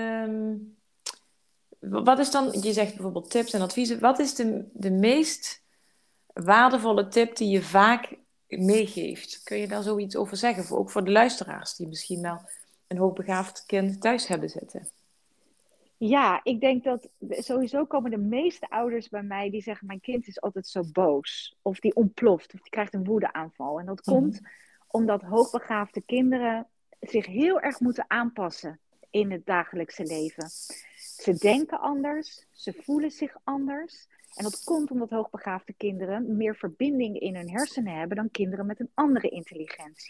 je zegt bijvoorbeeld tips en adviezen. Wat is de meest waardevolle tip die je vaak meegeeft? Kun je daar zoiets over zeggen? Ook voor de luisteraars die misschien wel een hoogbegaafd kind thuis hebben zitten. Ja, ik denk dat sowieso komen de meeste ouders bij mij die zeggen: mijn kind is altijd zo boos. Of die ontploft, of die krijgt een woedeaanval. En dat komt omdat hoogbegaafde kinderen zich heel erg moeten aanpassen in het dagelijkse leven. Ze denken anders, ze voelen zich anders. En dat komt omdat hoogbegaafde kinderen meer verbinding in hun hersenen hebben dan kinderen met een andere intelligentie.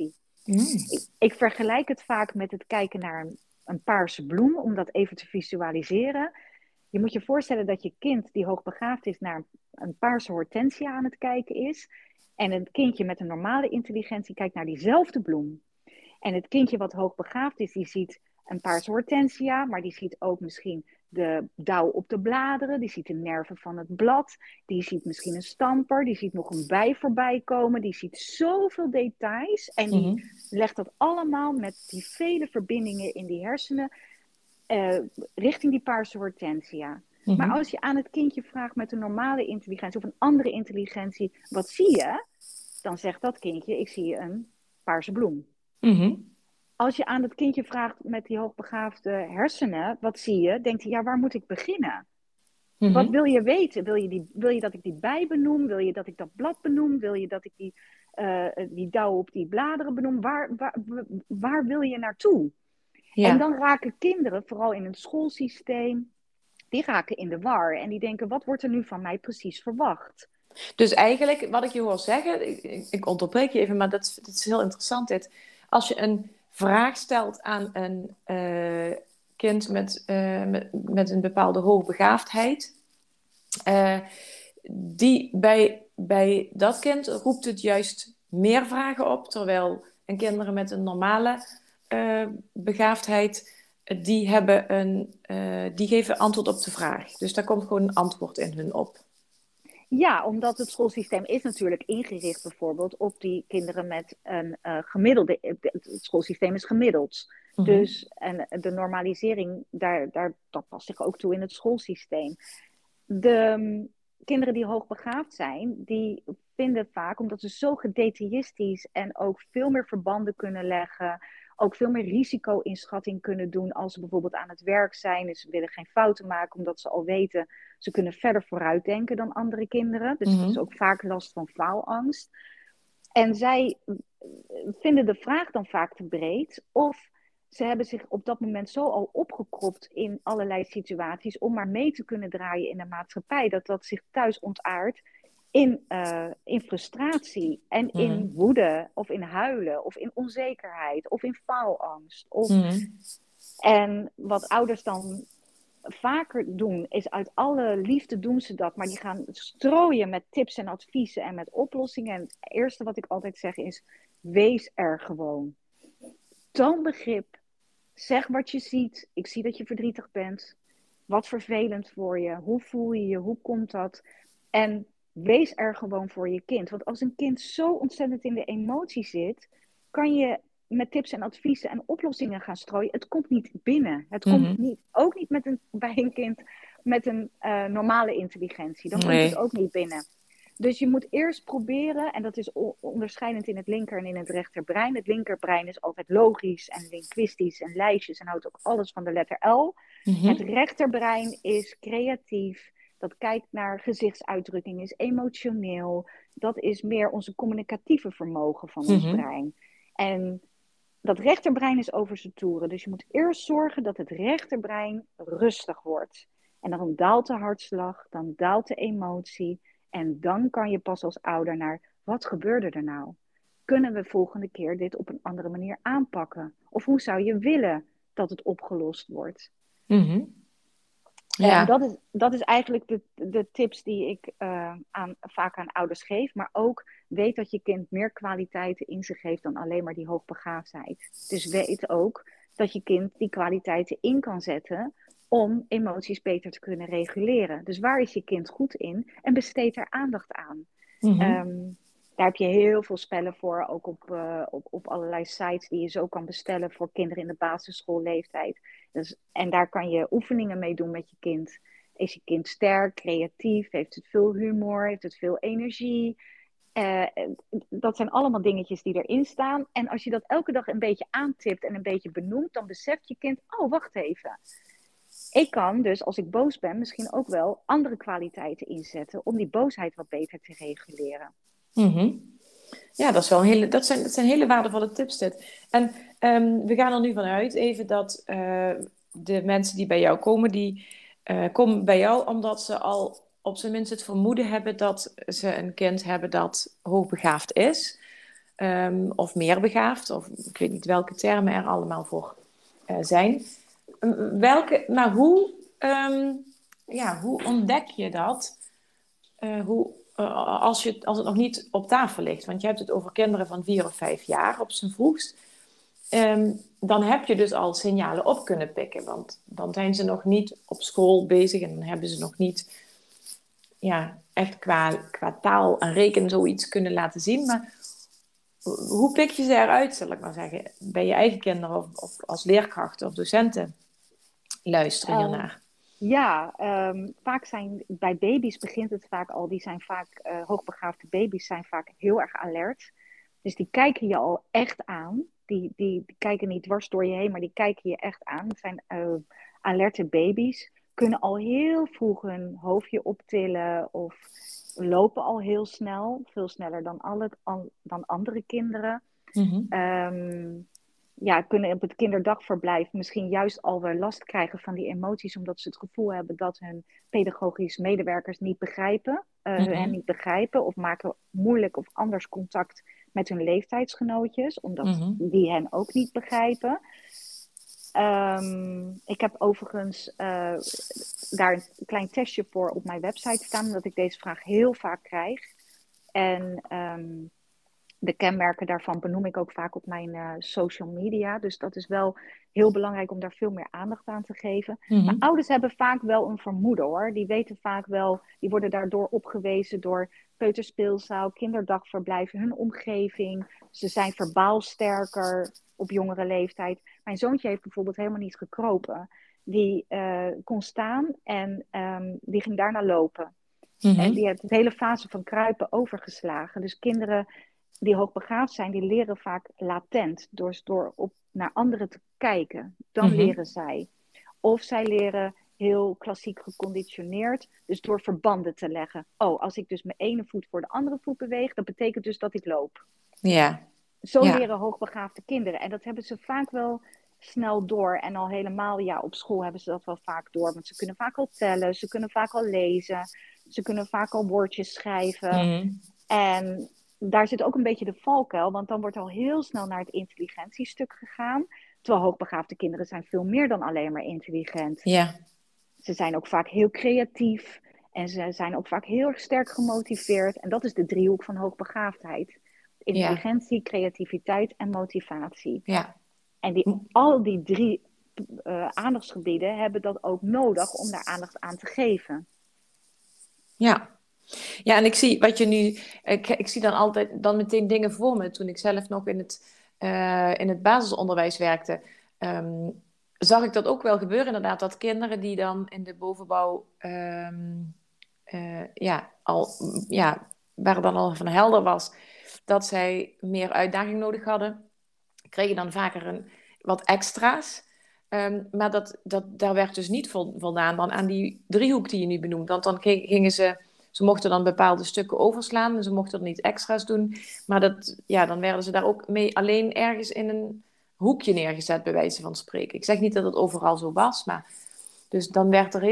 Ik vergelijk het vaak met het kijken naar een paarse bloem, om dat even te visualiseren. Je moet je voorstellen dat je kind die hoogbegaafd is naar een paarse hortensia aan het kijken is. En een kindje met een normale intelligentie kijkt naar diezelfde bloem. En het kindje wat hoogbegaafd is, die ziet een paarse hortensia, maar die ziet ook misschien de dauw op de bladeren, die ziet de nerven van het blad, die ziet misschien een stamper, die ziet nog een bij voorbij komen, die ziet zoveel details en die legt dat allemaal met die vele verbindingen in die hersenen richting die paarse hortensia. Maar als je aan het kindje vraagt met een normale intelligentie of een andere intelligentie, wat zie je? Dan zegt dat kindje, ik zie een paarse bloem. Als je aan het kindje vraagt met die hoogbegaafde hersenen, wat zie je? Denkt hij, ja, waar moet ik beginnen? Wat wil je weten? Wil je dat ik die bij benoem? Wil je dat ik dat blad benoem? Wil je dat ik die dauw op die bladeren benoem? Waar wil je naartoe? Ja. En dan raken kinderen, vooral in het schoolsysteem, die raken in de war. En die denken, wat wordt er nu van mij precies verwacht? Dus eigenlijk, wat ik je hoor zeggen, ik onderbreek je even, maar dat is heel interessant dit. Als je een vraag stelt aan een kind met een bepaalde hoogbegaafdheid, die bij dat kind roept het juist meer vragen op, terwijl een kinderen met een normale begaafdheid, die geven antwoord op de vraag. Dus daar komt gewoon een antwoord in hun op. Ja, omdat het schoolsysteem is natuurlijk ingericht bijvoorbeeld op die kinderen met een gemiddelde. Het schoolsysteem is gemiddeld. Dus en de normalisering, dat past zich ook toe in het schoolsysteem. De kinderen die hoogbegaafd zijn, die vinden vaak, omdat ze zo gedetailistisch en ook veel meer verbanden kunnen leggen, ook veel meer risico-inschatting kunnen doen als ze bijvoorbeeld aan het werk zijn. Dus ze willen geen fouten maken, omdat ze al weten, ze kunnen verder vooruit denken dan andere kinderen. Dus dat is ook vaak last van faalangst. En zij vinden de vraag dan vaak te breed, of ze hebben zich op dat moment zo al opgekropt in allerlei situaties om maar mee te kunnen draaien in de maatschappij, dat zich thuis ontaardt in frustratie en in woede of in huilen of in onzekerheid of in faalangst. En wat ouders dan vaker doen, is uit alle liefde doen ze dat, maar die gaan strooien met tips en adviezen en met oplossingen. En het eerste wat ik altijd zeg is, wees er gewoon. Toon begrip. Zeg wat je ziet. Ik zie dat je verdrietig bent. Wat vervelend voor je. Hoe voel je je? Hoe komt dat? En wees er gewoon voor je kind. Want als een kind zo ontzettend in de emotie zit, kan je met tips en adviezen en oplossingen gaan strooien. Het komt niet binnen. Het komt niet, ook niet bij een kind met een normale intelligentie. Dan komt het ook niet binnen. Dus je moet eerst proberen, en dat is onderscheidend in het linker en in het rechterbrein. Het linkerbrein is altijd logisch en linguïstisch en lijstjes en houdt ook alles van de letter L. Het rechterbrein is creatief. Dat kijkt naar gezichtsuitdrukking, is emotioneel. Dat is meer onze communicatieve vermogen van ons brein. En dat rechterbrein is over zijn toeren. Dus je moet eerst zorgen dat het rechterbrein rustig wordt. En dan daalt de hartslag, dan daalt de emotie. En dan kan je pas als ouder naar, wat gebeurde er nou? Kunnen we volgende keer dit op een andere manier aanpakken? Of hoe zou je willen dat het opgelost wordt? Ja. En dat is eigenlijk de tips die ik vaak aan ouders geef. Maar ook weet dat je kind meer kwaliteiten in zich heeft dan alleen maar die hoogbegaafdheid. Dus weet ook dat je kind die kwaliteiten in kan zetten om emoties beter te kunnen reguleren. Dus waar is je kind goed in? En besteed er aandacht aan. Daar heb je heel veel spellen voor, ook op allerlei sites die je zo kan bestellen voor kinderen in de basisschoolleeftijd. Dus, en daar kan je oefeningen mee doen met je kind. Is je kind sterk, creatief, heeft het veel humor, heeft het veel energie? Dat zijn allemaal dingetjes die erin staan. En als je dat elke dag een beetje aantipt en een beetje benoemt, dan beseft je kind, oh wacht even. Ik kan dus, als ik boos ben, misschien ook wel andere kwaliteiten inzetten om die boosheid wat beter te reguleren. Ja, dat zijn hele waardevolle tips dit. En we gaan er nu vanuit even dat de mensen die bij jou komen, die komen bij jou omdat ze al op zijn minst het vermoeden hebben dat ze een kind hebben dat hoogbegaafd is. of meer begaafd, of ik weet niet welke termen er allemaal voor zijn. Hoe ontdek je dat? Als het nog niet op tafel ligt, want je hebt het over kinderen van 4 of 5 jaar op zijn vroegst, dan heb je dus al signalen op kunnen pikken, want dan zijn ze nog niet op school bezig en dan hebben ze nog niet echt qua taal en rekenen zoiets kunnen laten zien. Maar hoe pik je ze eruit, zal ik maar zeggen, bij je eigen kinderen of als leerkrachten of docenten luisteren hiernaar? Vaak zijn bij baby's begint het vaak al. Die zijn vaak, hoogbegaafde baby's zijn vaak heel erg alert. Dus die kijken je al echt aan. Die kijken niet dwars door je heen, maar die kijken je echt aan. Het zijn alerte baby's. Kunnen al heel vroeg hun hoofdje optillen of lopen al heel snel. Veel sneller dan andere kinderen. Mm-hmm. Kunnen op het kinderdagverblijf misschien juist al wel last krijgen van die emoties, omdat ze het gevoel hebben dat hun pedagogisch medewerkers niet begrijpen, hen niet begrijpen, of maken moeilijk of anders contact met hun leeftijdsgenootjes, omdat die hen ook niet begrijpen. Ik heb overigens daar een klein testje voor op mijn website staan, omdat ik deze vraag heel vaak krijg. En de kenmerken daarvan benoem ik ook vaak op mijn social media. Dus dat is wel heel belangrijk om daar veel meer aandacht aan te geven. Maar ouders hebben vaak wel een vermoeden hoor. Die weten vaak wel, die worden daardoor opgewezen door peuterspeelzaal, kinderdagverblijf, hun omgeving. Ze zijn verbaal sterker op jongere leeftijd. Mijn zoontje heeft bijvoorbeeld helemaal niet gekropen. Die kon staan en die ging daarna lopen. En die heeft de hele fase van kruipen overgeslagen. Dus kinderen die hoogbegaafd zijn, die leren vaak latent. Door naar anderen te kijken. Dan leren zij. Of zij leren heel klassiek geconditioneerd. Dus door verbanden te leggen. Oh, als ik dus mijn ene voet voor de andere voet beweeg, dat betekent dus dat ik loop. Ja. Zo leren hoogbegaafde kinderen. En dat hebben ze vaak wel snel door. En al helemaal, op school hebben ze dat wel vaak door. Want ze kunnen vaak al tellen. Ze kunnen vaak al lezen. Ze kunnen vaak al woordjes schrijven. En daar zit ook een beetje de valkuil. Want dan wordt al heel snel naar het intelligentiestuk gegaan. Terwijl hoogbegaafde kinderen zijn veel meer dan alleen maar intelligent. Ja. Ze zijn ook vaak heel creatief. En ze zijn ook vaak heel erg sterk gemotiveerd. En dat is de driehoek van hoogbegaafdheid. Intelligentie, creativiteit en motivatie. Ja. En al die 3 aandachtsgebieden hebben dat ook nodig om daar aandacht aan te geven. Ja. Ja, en ik zie wat je nu... Ik zie dan altijd meteen dingen voor me. Toen ik zelf nog in het basisonderwijs werkte, zag ik dat ook wel gebeuren inderdaad. Dat kinderen die dan in de bovenbouw waar dan al van helder was dat zij meer uitdaging nodig hadden, kregen dan vaker wat extra's. Maar daar werd dus niet voldaan dan aan die driehoek die je nu benoemt. Want dan gingen ze mochten dan bepaalde stukken overslaan. En ze mochten er niet extra's doen. Maar dan werden ze daar ook mee alleen ergens in een hoekje neergezet, bij wijze van spreken. Ik zeg niet dat het overal zo was. Maar dus dan werd er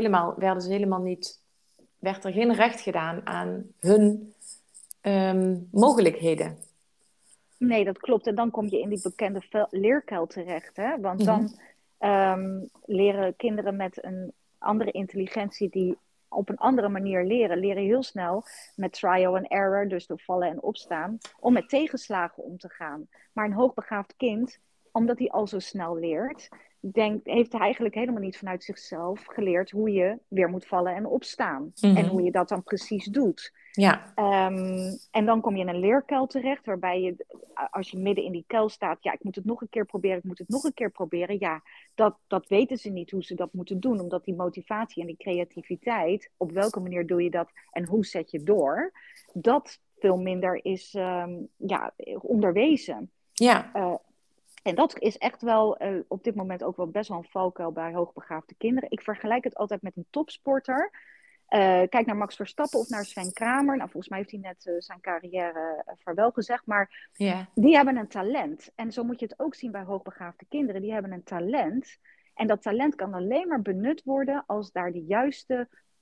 geen recht gedaan aan hun mogelijkheden. Nee, dat klopt. En dan kom je in die bekende leerkuil terecht. Hè? Want dan leren kinderen met een andere intelligentie die op een andere manier leren heel snel met trial and error, dus door vallen en opstaan, om met tegenslagen om te gaan. Maar een hoogbegaafd kind, omdat hij al zo snel leert, heeft hij eigenlijk helemaal niet vanuit zichzelf geleerd hoe je weer moet vallen en opstaan. En hoe je dat dan precies doet. Ja. En dan kom je in een leerkuil terecht, waarbij als je midden in die kuil staat, ik moet het nog een keer proberen. Ja, dat weten ze niet hoe ze dat moeten doen, omdat die motivatie en die creativiteit, op welke manier doe je dat en hoe zet je door, dat veel minder is onderwezen. Ja. En dat is echt wel op dit moment ook wel best wel een valkuil bij hoogbegaafde kinderen. Ik vergelijk het altijd met een topsporter. Kijk naar Max Verstappen of naar Sven Kramer. Nou, volgens mij heeft hij net zijn carrière vaarwel gezegd. Maar die hebben een talent. En zo moet je het ook zien bij hoogbegaafde kinderen. Die hebben een talent. En dat talent kan alleen maar benut worden als daar de juiste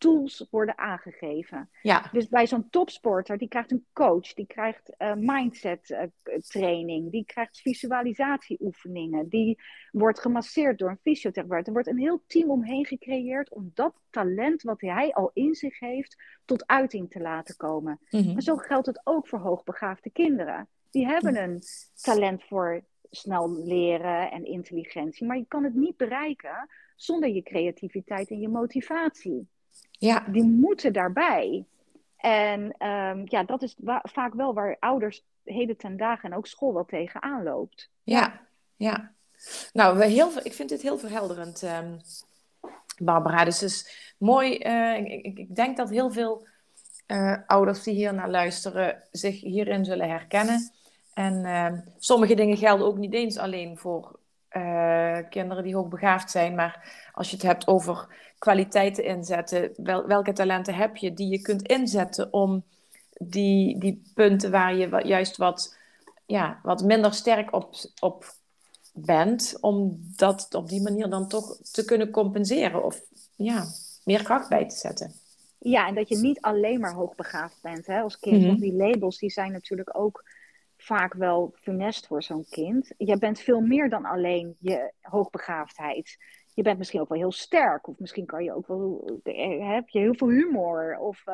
tools worden aangegeven. Ja. Dus bij zo'n topsporter, die krijgt een coach, die krijgt mindset training, die krijgt visualisatieoefeningen, die wordt gemasseerd door een fysiotherapeut. Er wordt een heel team omheen gecreëerd om dat talent wat hij al in zich heeft, tot uiting te laten komen. Mhm. En zo geldt het ook voor hoogbegaafde kinderen. Die hebben een talent voor snel leren en intelligentie, maar je kan het niet bereiken zonder je creativiteit en je motivatie. Ja. Die moeten daarbij. En dat is vaak wel waar ouders heden ten dagen en ook school wel tegenaan loopt. Ja. Nou, ik vind dit heel verhelderend, Barbara. Dus het is mooi. Ik denk dat heel veel ouders die hier naar luisteren zich hierin zullen herkennen. En sommige dingen gelden ook niet eens alleen voor kinderen die hoogbegaafd zijn. Maar als je het hebt over kwaliteiten inzetten, welke talenten heb je die je kunt inzetten om die punten waar je juist wat minder sterk op bent, om dat op die manier dan toch te kunnen compenseren of meer kracht bij te zetten. Ja, en dat je niet alleen maar hoogbegaafd bent als kind. Want die labels die zijn natuurlijk ook vaak wel funest voor zo'n kind. Je bent veel meer dan alleen je hoogbegaafdheid. Je bent misschien ook wel heel sterk. Of misschien kan je ook wel, heb je heel veel humor. Of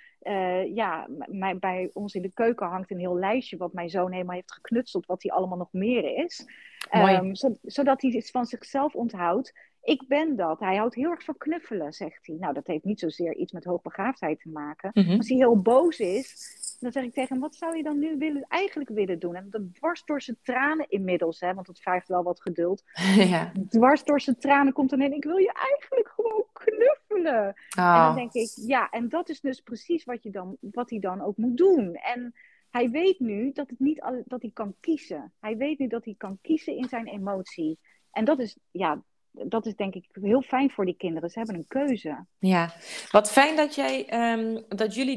bij ons in de keuken hangt een heel lijstje wat mijn zoon helemaal heeft geknutseld. Wat hij allemaal nog meer is. Zodat hij iets van zichzelf onthoudt. Ik ben dat. Hij houdt heel erg van knuffelen, zegt hij. Nou, dat heeft niet zozeer iets met hoogbegaafdheid te maken. Als hij heel boos is, dan zeg ik tegen hem, wat zou je dan nu eigenlijk willen doen? En dan dwars door zijn tranen inmiddels, want het vergt wel wat geduld. Ja. Dwars door zijn tranen komt dan in, ik wil je eigenlijk gewoon knuffelen. En dan denk ik, en dat is dus precies wat hij dan ook moet doen. En hij weet nu dat hij kan kiezen. Hij weet nu dat hij kan kiezen in zijn emotie. En dat is denk ik heel fijn voor die kinderen. Ze hebben een keuze. Ja, wat fijn dat jullie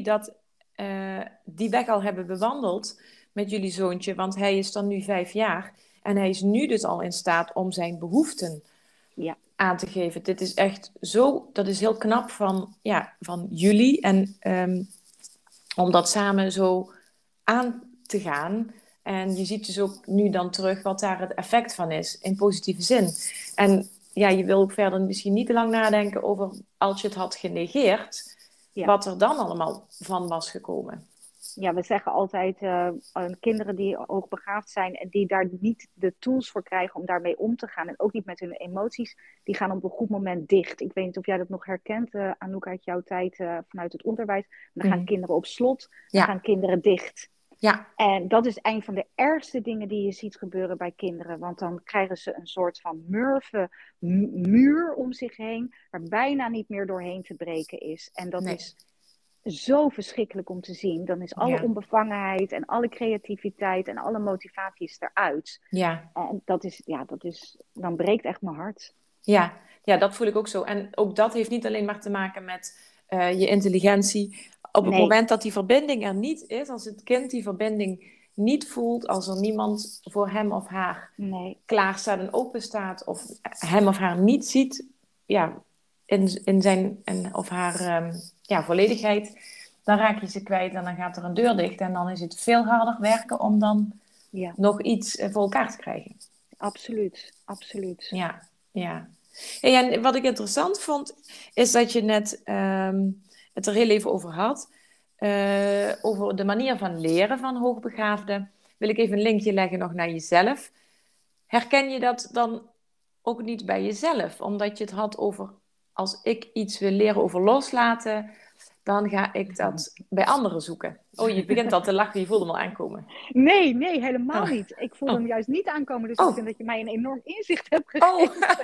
die weg al hebben bewandeld met jullie zoontje. Want hij is dan nu 5 jaar. En hij is nu dus al in staat om zijn behoeften aan te geven. Dit is echt dat is heel knap van jullie. En om dat samen zo aan te gaan. En je ziet dus ook nu dan terug wat daar het effect van is. In positieve zin. En je wil ook verder misschien niet te lang nadenken over als je het had genegeerd, wat er dan allemaal van was gekomen. Ja, we zeggen altijd, kinderen die hoogbegaafd zijn en die daar niet de tools voor krijgen om daarmee om te gaan en ook niet met hun emoties, die gaan op een goed moment dicht. Ik weet niet of jij dat nog herkent, Anouk, uit jouw tijd vanuit het onderwijs. Dan gaan kinderen op slot, dan gaan kinderen dicht. Ja. En dat is een van de ergste dingen die je ziet gebeuren bij kinderen. Want dan krijgen ze een soort van muur om zich heen, waar bijna niet meer doorheen te breken is. En dat is zo verschrikkelijk om te zien. Dan is alle onbevangenheid en alle creativiteit en alle motivatie is eruit. Ja. En dan breekt echt mijn hart. Ja, dat voel ik ook zo. En ook dat heeft niet alleen maar te maken met je intelligentie. Op het moment dat die verbinding er niet is, als het kind die verbinding niet voelt, als er niemand voor hem of haar klaar staat en open staat, of hem of haar niet ziet, in zijn of haar volledigheid, dan raak je ze kwijt en dan gaat er een deur dicht. En dan is het veel harder werken om dan nog iets voor elkaar te krijgen. Absoluut. Ja. Hey, en wat ik interessant vond, is dat je net het er heel even over had. Over de manier van leren van hoogbegaafden. Wil ik even een linkje leggen nog naar jezelf. Herken je dat dan ook niet bij jezelf? Omdat je het had over, als ik iets wil leren over loslaten, dan ga ik dat bij anderen zoeken. Oh, je begint al te lachen, je voelt hem al aankomen. Nee, helemaal niet. Ik voel hem juist niet aankomen, dus ik vind dat je mij een enorm inzicht hebt gegeven.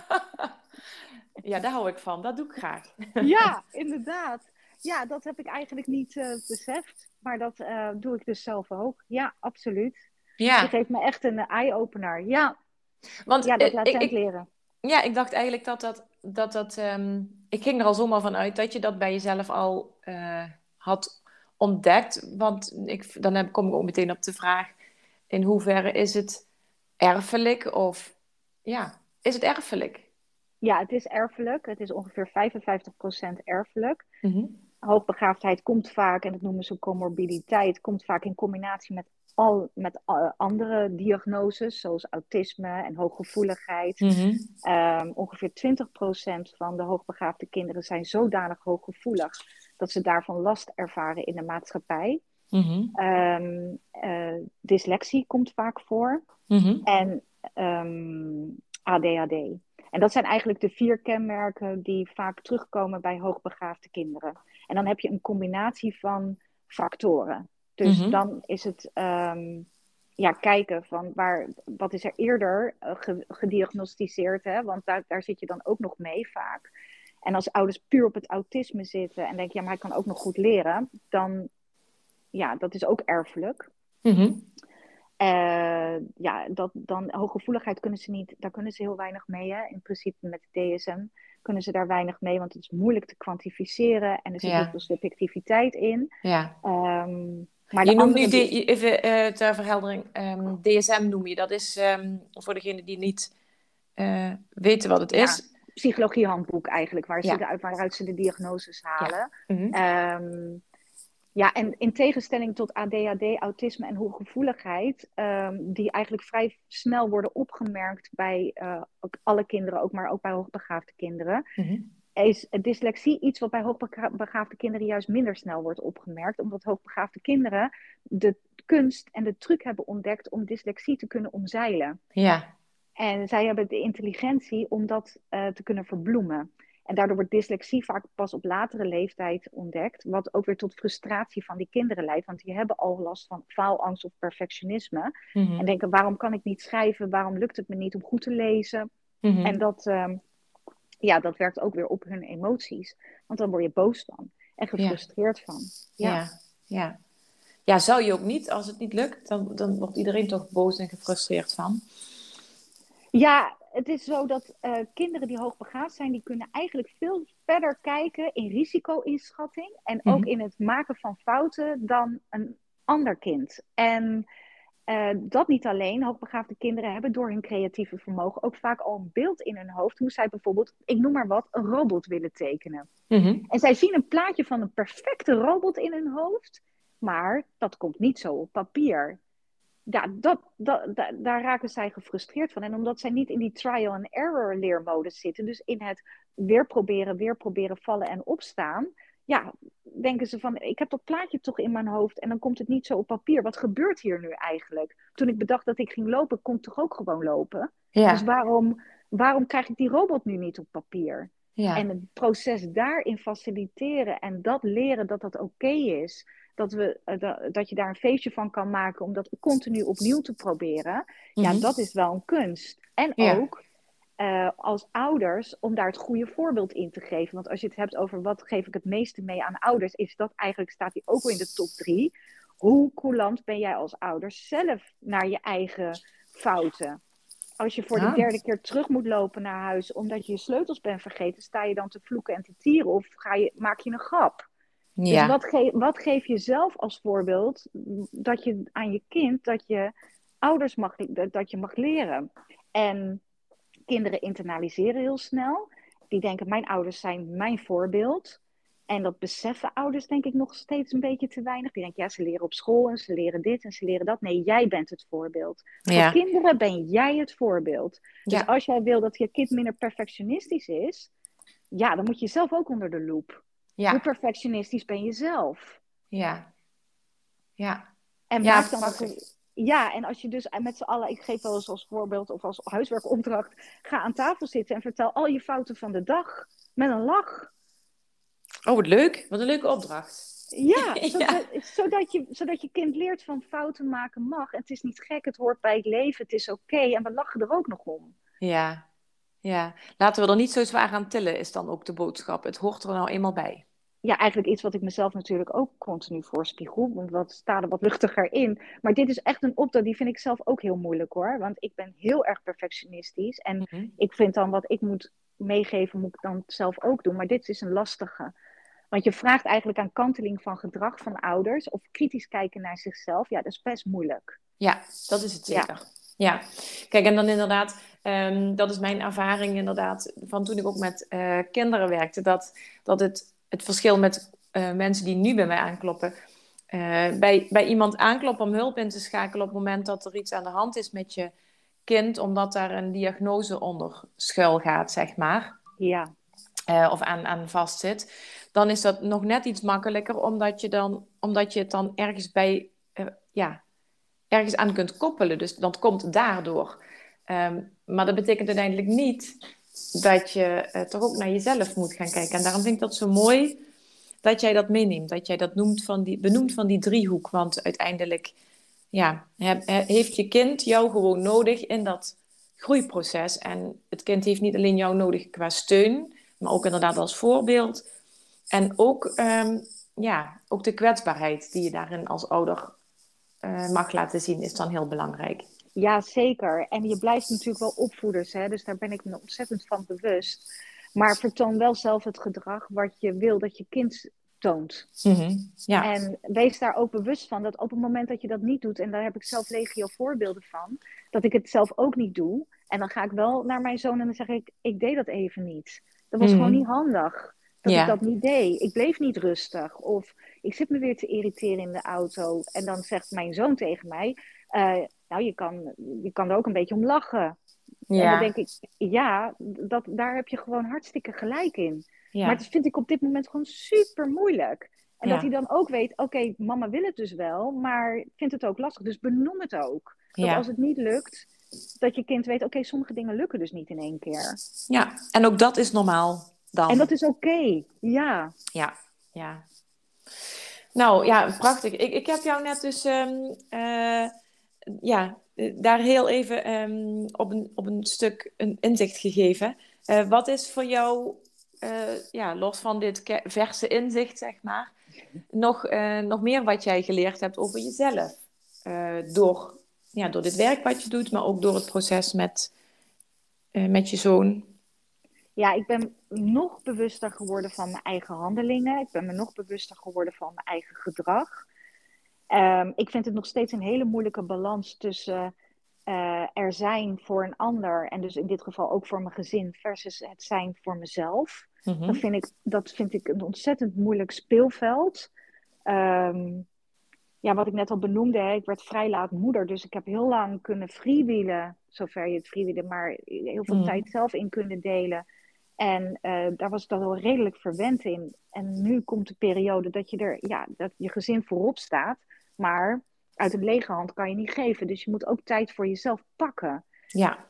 Ja, daar hou ik van. Dat doe ik graag. Ja, inderdaad. Ja, dat heb ik eigenlijk niet beseft. Maar dat doe ik dus zelf ook. Ja, absoluut. Ja. Je geeft me echt een eye-opener. Ja. Want dat latent leren. Ja, ik dacht eigenlijk dat ik ging er al zomaar van uit dat je dat bij jezelf al had ontdekt. Want kom ik ook meteen op de vraag, in hoeverre is het erfelijk? Of is het erfelijk? Ja, het is erfelijk. Het is ongeveer 55% erfelijk. Mhm. Hoogbegaafdheid komt vaak, en dat noemen ze comorbiditeit, komt vaak in combinatie met andere diagnoses, zoals autisme en hooggevoeligheid. Mhm. Ongeveer 20% van de hoogbegaafde kinderen zijn zodanig hooggevoelig dat ze daarvan last ervaren in de maatschappij. Mhm. Dyslexie komt vaak voor Mhm. en ADHD. En dat zijn eigenlijk de 4 kenmerken die vaak terugkomen bij hoogbegaafde kinderen. En dan heb je een combinatie van factoren. Dus Mhm. dan is het kijken van wat is er eerder gediagnosticeerd, hè? Want daar zit je dan ook nog mee vaak. En als ouders puur op het autisme zitten en denken, ja, maar hij kan ook nog goed leren, dan, ja, dat is ook erfelijk. Mhm. Dan hooggevoeligheid daar kunnen ze heel weinig mee. Hè? In principe met DSM kunnen ze daar weinig mee, want het is moeilijk te kwantificeren en er zit heel Ja. veel subjectiviteit in. Ja. Maar Je de noemt nu, andere, even ter verheldering, DSM noem je. Dat is voor degene die niet weten wat het ja, is. psychologiehandboek eigenlijk, Ja. waaruit ze de diagnoses Ja. halen. Mhm. Ja, en in tegenstelling tot ADHD, autisme en hooggevoeligheid, die eigenlijk vrij snel worden opgemerkt bij ook alle kinderen, maar ook bij hoogbegaafde kinderen, Mhm. is dyslexie iets wat bij hoogbegaafde kinderen juist minder snel wordt opgemerkt, omdat hoogbegaafde kinderen de kunst en de truc hebben ontdekt om dyslexie te kunnen omzeilen. Ja. En zij hebben de intelligentie om dat te kunnen verbloemen. En daardoor wordt dyslexie vaak pas op latere leeftijd ontdekt. Wat ook weer tot frustratie van die kinderen leidt. Want die hebben al last van faalangst of perfectionisme. En Mhm. denken, waarom kan ik niet schrijven? Waarom lukt het me niet om goed te lezen? En Mhm. dat werkt ook weer op hun emoties. Want dan word je boos van. En Ja. gefrustreerd van. Ja. Ja. Ja. Ja, zou je ook niet, als het niet lukt, dan wordt iedereen toch boos en gefrustreerd van. Ja, het is zo dat kinderen die hoogbegaafd zijn, die kunnen eigenlijk veel verder kijken in risico-inschatting en ook Mhm. in het maken van fouten dan een ander kind. En dat niet alleen, hoogbegaafde kinderen hebben door hun creatieve vermogen ook vaak al een beeld in hun hoofd hoe zij bijvoorbeeld, ik noem maar wat, een robot willen tekenen. Mhm. En zij zien een plaatje van een perfecte robot in hun hoofd, maar dat komt niet zo op papier. Ja, daar raken zij gefrustreerd van. En omdat zij niet in die trial and error leermodus zitten, dus in het weer proberen, vallen en opstaan, ja, denken ze van, ik heb dat plaatje toch in mijn hoofd en dan komt het niet zo op papier. Wat gebeurt hier nu eigenlijk? Toen ik bedacht dat ik ging lopen, kon ik toch ook gewoon lopen? Dus Ja. waarom krijg ik die robot nu niet op papier? En Ja. het proces daarin faciliteren en dat leren dat dat oké is, dat je daar een feestje van kan maken om dat continu opnieuw te proberen. Ja, Mhm. dat is wel een kunst. En Ja. ook als ouders om daar het goede voorbeeld in te geven. Want als je het hebt over wat geef ik het meeste mee aan ouders, is dat eigenlijk, staat die ook wel in de top 3. Hoe coulant ben jij als ouder zelf naar je eigen fouten? Als je voor de Ah. 3e keer terug moet lopen naar huis omdat je je sleutels bent vergeten, sta je dan te vloeken en te tieren of maak je een grap? Dus Ja. wat geef je zelf als voorbeeld dat je aan je kind, dat je ouders dat je mag leren? En kinderen internaliseren heel snel. Die denken, mijn ouders zijn mijn voorbeeld. En dat beseffen ouders denk ik nog steeds een beetje te weinig. Die denken, ja, ze leren op school en ze leren dit en ze leren dat. Nee, jij bent het voorbeeld. Voor Ja. kinderen ben jij het voorbeeld. Dus Ja. als jij wil dat je kind minder perfectionistisch is, ja, dan moet je zelf ook onder de loep. Hoe Ja. perfectionistisch ben je zelf? Ja. Ja. En Ja, maak dan prachtig. ja, en als je dus met z'n allen, ik geef wel eens als voorbeeld of als huiswerkopdracht, ga aan tafel zitten en vertel al je fouten van de dag met een lach. Oh, wat leuk. Wat een leuke opdracht. Ja, Ja. zodat je kind leert van fouten maken mag. En het is niet gek, het hoort bij het leven, het is oké. En we lachen er ook nog om. Ja. Ja. Laten we er niet zo zwaar aan tillen, is dan ook de boodschap. Het hoort er nou eenmaal bij. Ja, eigenlijk iets wat ik mezelf natuurlijk ook continu voorspiegel. Want wat staat er wat luchtiger in. Maar dit is echt een opdracht, die vind ik zelf ook heel moeilijk hoor. Want ik ben heel erg perfectionistisch. En Mhm. ik vind dan wat ik moet meegeven, moet ik dan zelf ook doen. Maar dit is een lastige. Want je vraagt eigenlijk aan kanteling van gedrag van ouders. Of kritisch kijken naar zichzelf. Ja, dat is best moeilijk. Ja, dat is het Ja, zeker. Ja, kijk, en dan inderdaad, dat is mijn ervaring inderdaad, van toen ik ook met kinderen werkte, dat het verschil met mensen die nu bij mij aankloppen, bij iemand aankloppen om hulp in te schakelen op het moment dat er iets aan de hand is met je kind, omdat daar een diagnose onder schuil gaat, zeg maar, Ja, of aan vastzit, dan is dat nog net iets makkelijker, omdat je het dan ergens ja, ergens aan kunt koppelen. Dus dat komt daardoor. Maar dat betekent uiteindelijk niet dat je toch ook naar jezelf moet gaan kijken. En daarom vind ik dat zo mooi dat jij dat meeneemt. Dat jij dat benoemt van die driehoek. Want uiteindelijk heeft je kind jou gewoon nodig in dat groeiproces. En het kind heeft niet alleen jou nodig qua steun, maar ook inderdaad als voorbeeld. En ook de kwetsbaarheid die je daarin als ouder mag laten zien, is dan heel belangrijk. ja, zeker. En je blijft natuurlijk wel opvoeders, hè? Dus daar ben ik me ontzettend van bewust. Maar vertoon wel zelf het gedrag wat je wil dat je kind toont. Mm-hmm. Ja. En wees daar ook bewust van dat op het moment dat je dat niet doet, en daar heb ik zelf legio voorbeelden van, dat ik het zelf ook niet doe. En dan ga ik wel naar mijn zoon en dan zeg ik deed dat even niet. Dat was gewoon niet Mm-hmm. handig dat ik Ja. dat niet deed. Ik bleef niet rustig. Of ik zit me weer te irriteren in de auto. En dan zegt mijn zoon tegen mij, nou je kan er ook een beetje om lachen. En dan denk Ja. ik, ja, daar heb je gewoon hartstikke gelijk in. Maar Ja. dat vind ik op dit moment gewoon super moeilijk. En dat hij Ja. dan ook weet, oké, mama wil het dus wel, maar vindt het ook lastig. Dus benoem het ook. Dat als Ja. het niet lukt, dat je kind weet, oké, sommige dingen lukken dus niet in één keer. Ja. En ook dat is normaal En dat dan. is oké, ja. Ja. Ja. Nou ja, prachtig. Ik heb jou net dus daar heel even op een stuk een inzicht gegeven. Wat is voor jou, los van dit verse inzicht, zeg maar, nog meer wat jij geleerd hebt over jezelf? Door dit werk wat je doet, maar ook door het proces met je zoon. Ja, ik ben nog bewuster geworden van mijn eigen handelingen. Ik ben me nog bewuster geworden van mijn eigen gedrag. Ik vind het nog steeds een hele moeilijke balans tussen er zijn voor een ander, en dus in dit geval ook voor mijn gezin, versus het zijn voor mezelf. Mhm. Dat vind ik een ontzettend moeilijk speelveld. Ehm, ja, wat ik net al benoemde, hè, ik werd vrij laat moeder, dus ik heb heel lang kunnen freewheelen, zover je het freewheelen, maar heel veel Mhm. tijd zelf in kunnen delen. En daar was ik dan wel redelijk verwend in. En nu komt de periode dat je gezin voorop staat, maar uit een lege hand kan je niet geven. Dus je moet ook tijd voor jezelf pakken. Ja.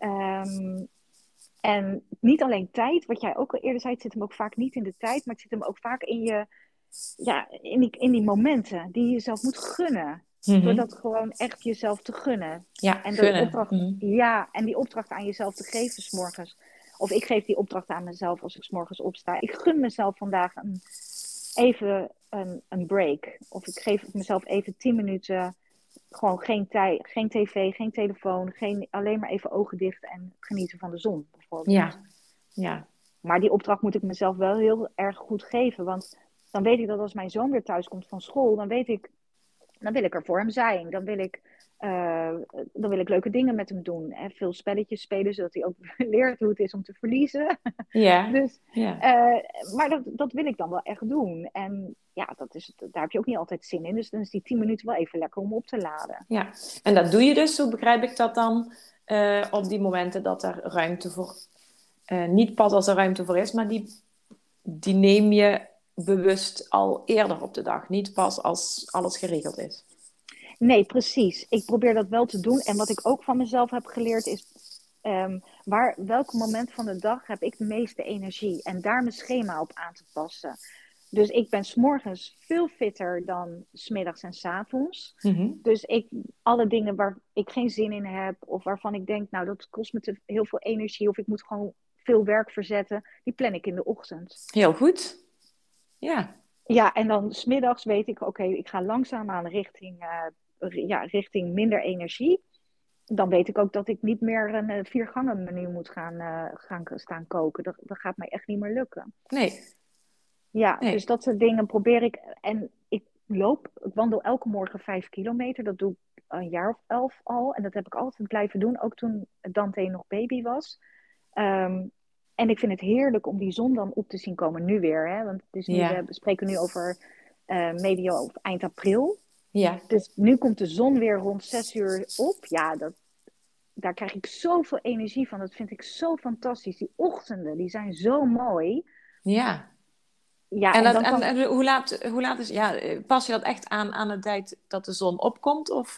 En niet alleen tijd, wat jij ook al eerder zei, het zit hem ook vaak niet in de tijd, maar het zit hem ook vaak in die momenten die je jezelf moet gunnen. Door Mhm. dat gewoon echt jezelf te gunnen. Ja, En de gunnen. opdracht, Mhm. ja, en die opdracht aan jezelf te geven 's morgens. Of ik geef die opdracht aan mezelf als ik 's morgens opsta. Ik gun mezelf vandaag even een break. Of ik geef mezelf even 10 minuten. Gewoon geen tijd, geen tv, geen telefoon. Alleen maar even ogen dicht en genieten van de zon, bijvoorbeeld. Ja. Ja. Maar die opdracht moet ik mezelf wel heel erg goed geven. Want dan weet ik dat als mijn zoon weer thuis komt van school, dan wil ik er voor hem zijn. Dan wil ik leuke dingen met hem doen. Hè? Veel spelletjes spelen, zodat hij ook leert hoe het is om te verliezen. Ja. Dus, Ja. maar dat wil ik dan wel echt doen. En ja, daar heb je ook niet altijd zin in. Dus dan is die 10 minuten wel even lekker om op te laden. Ja, en dat doe je dus, hoe begrijp ik dat dan, op die momenten dat er ruimte voor, niet pas als er ruimte voor is, maar die neem je bewust al eerder op de dag, niet pas als alles geregeld is. Nee, precies. Ik probeer dat wel te doen. En wat ik ook van mezelf heb geleerd is, welk moment van de dag heb ik de meeste energie? En daar mijn schema op aan te passen. Dus ik ben 's morgens veel fitter dan 's middags en 's avonds. Mhm. Dus alle dingen waar ik geen zin in heb, of waarvan ik denk, nou, dat kost me heel veel energie, of ik moet gewoon veel werk verzetten, die plan ik in de ochtend. Heel goed. Ja. Ja, en dan 's middags weet ik, oké, ik ga langzaamaan richting minder energie. Dan weet ik ook dat ik niet meer een 4-gangen menu moet gaan staan koken. Dat gaat mij echt niet meer lukken. Nee. Ja, dus Nee. dat soort dingen probeer ik. En ik wandel elke morgen 5 kilometer. Dat doe ik een jaar of 11 al. En dat heb ik altijd blijven doen, ook toen Dante nog baby was. Ehm, en ik vind het heerlijk om die zon dan op te zien komen, nu weer. Hè? Want het is nu, Ja. we spreken nu over medio of eind april. Ja. Dus nu komt de zon weer rond 6 uur op. Ja, daar krijg ik zoveel energie van. Dat vind ik zo fantastisch. Die ochtenden, die zijn zo mooi. Ja. Ja, En, en dat, dan en, kan... en hoe laat is... Ja, pas je dat echt aan de tijd dat de zon opkomt? Of,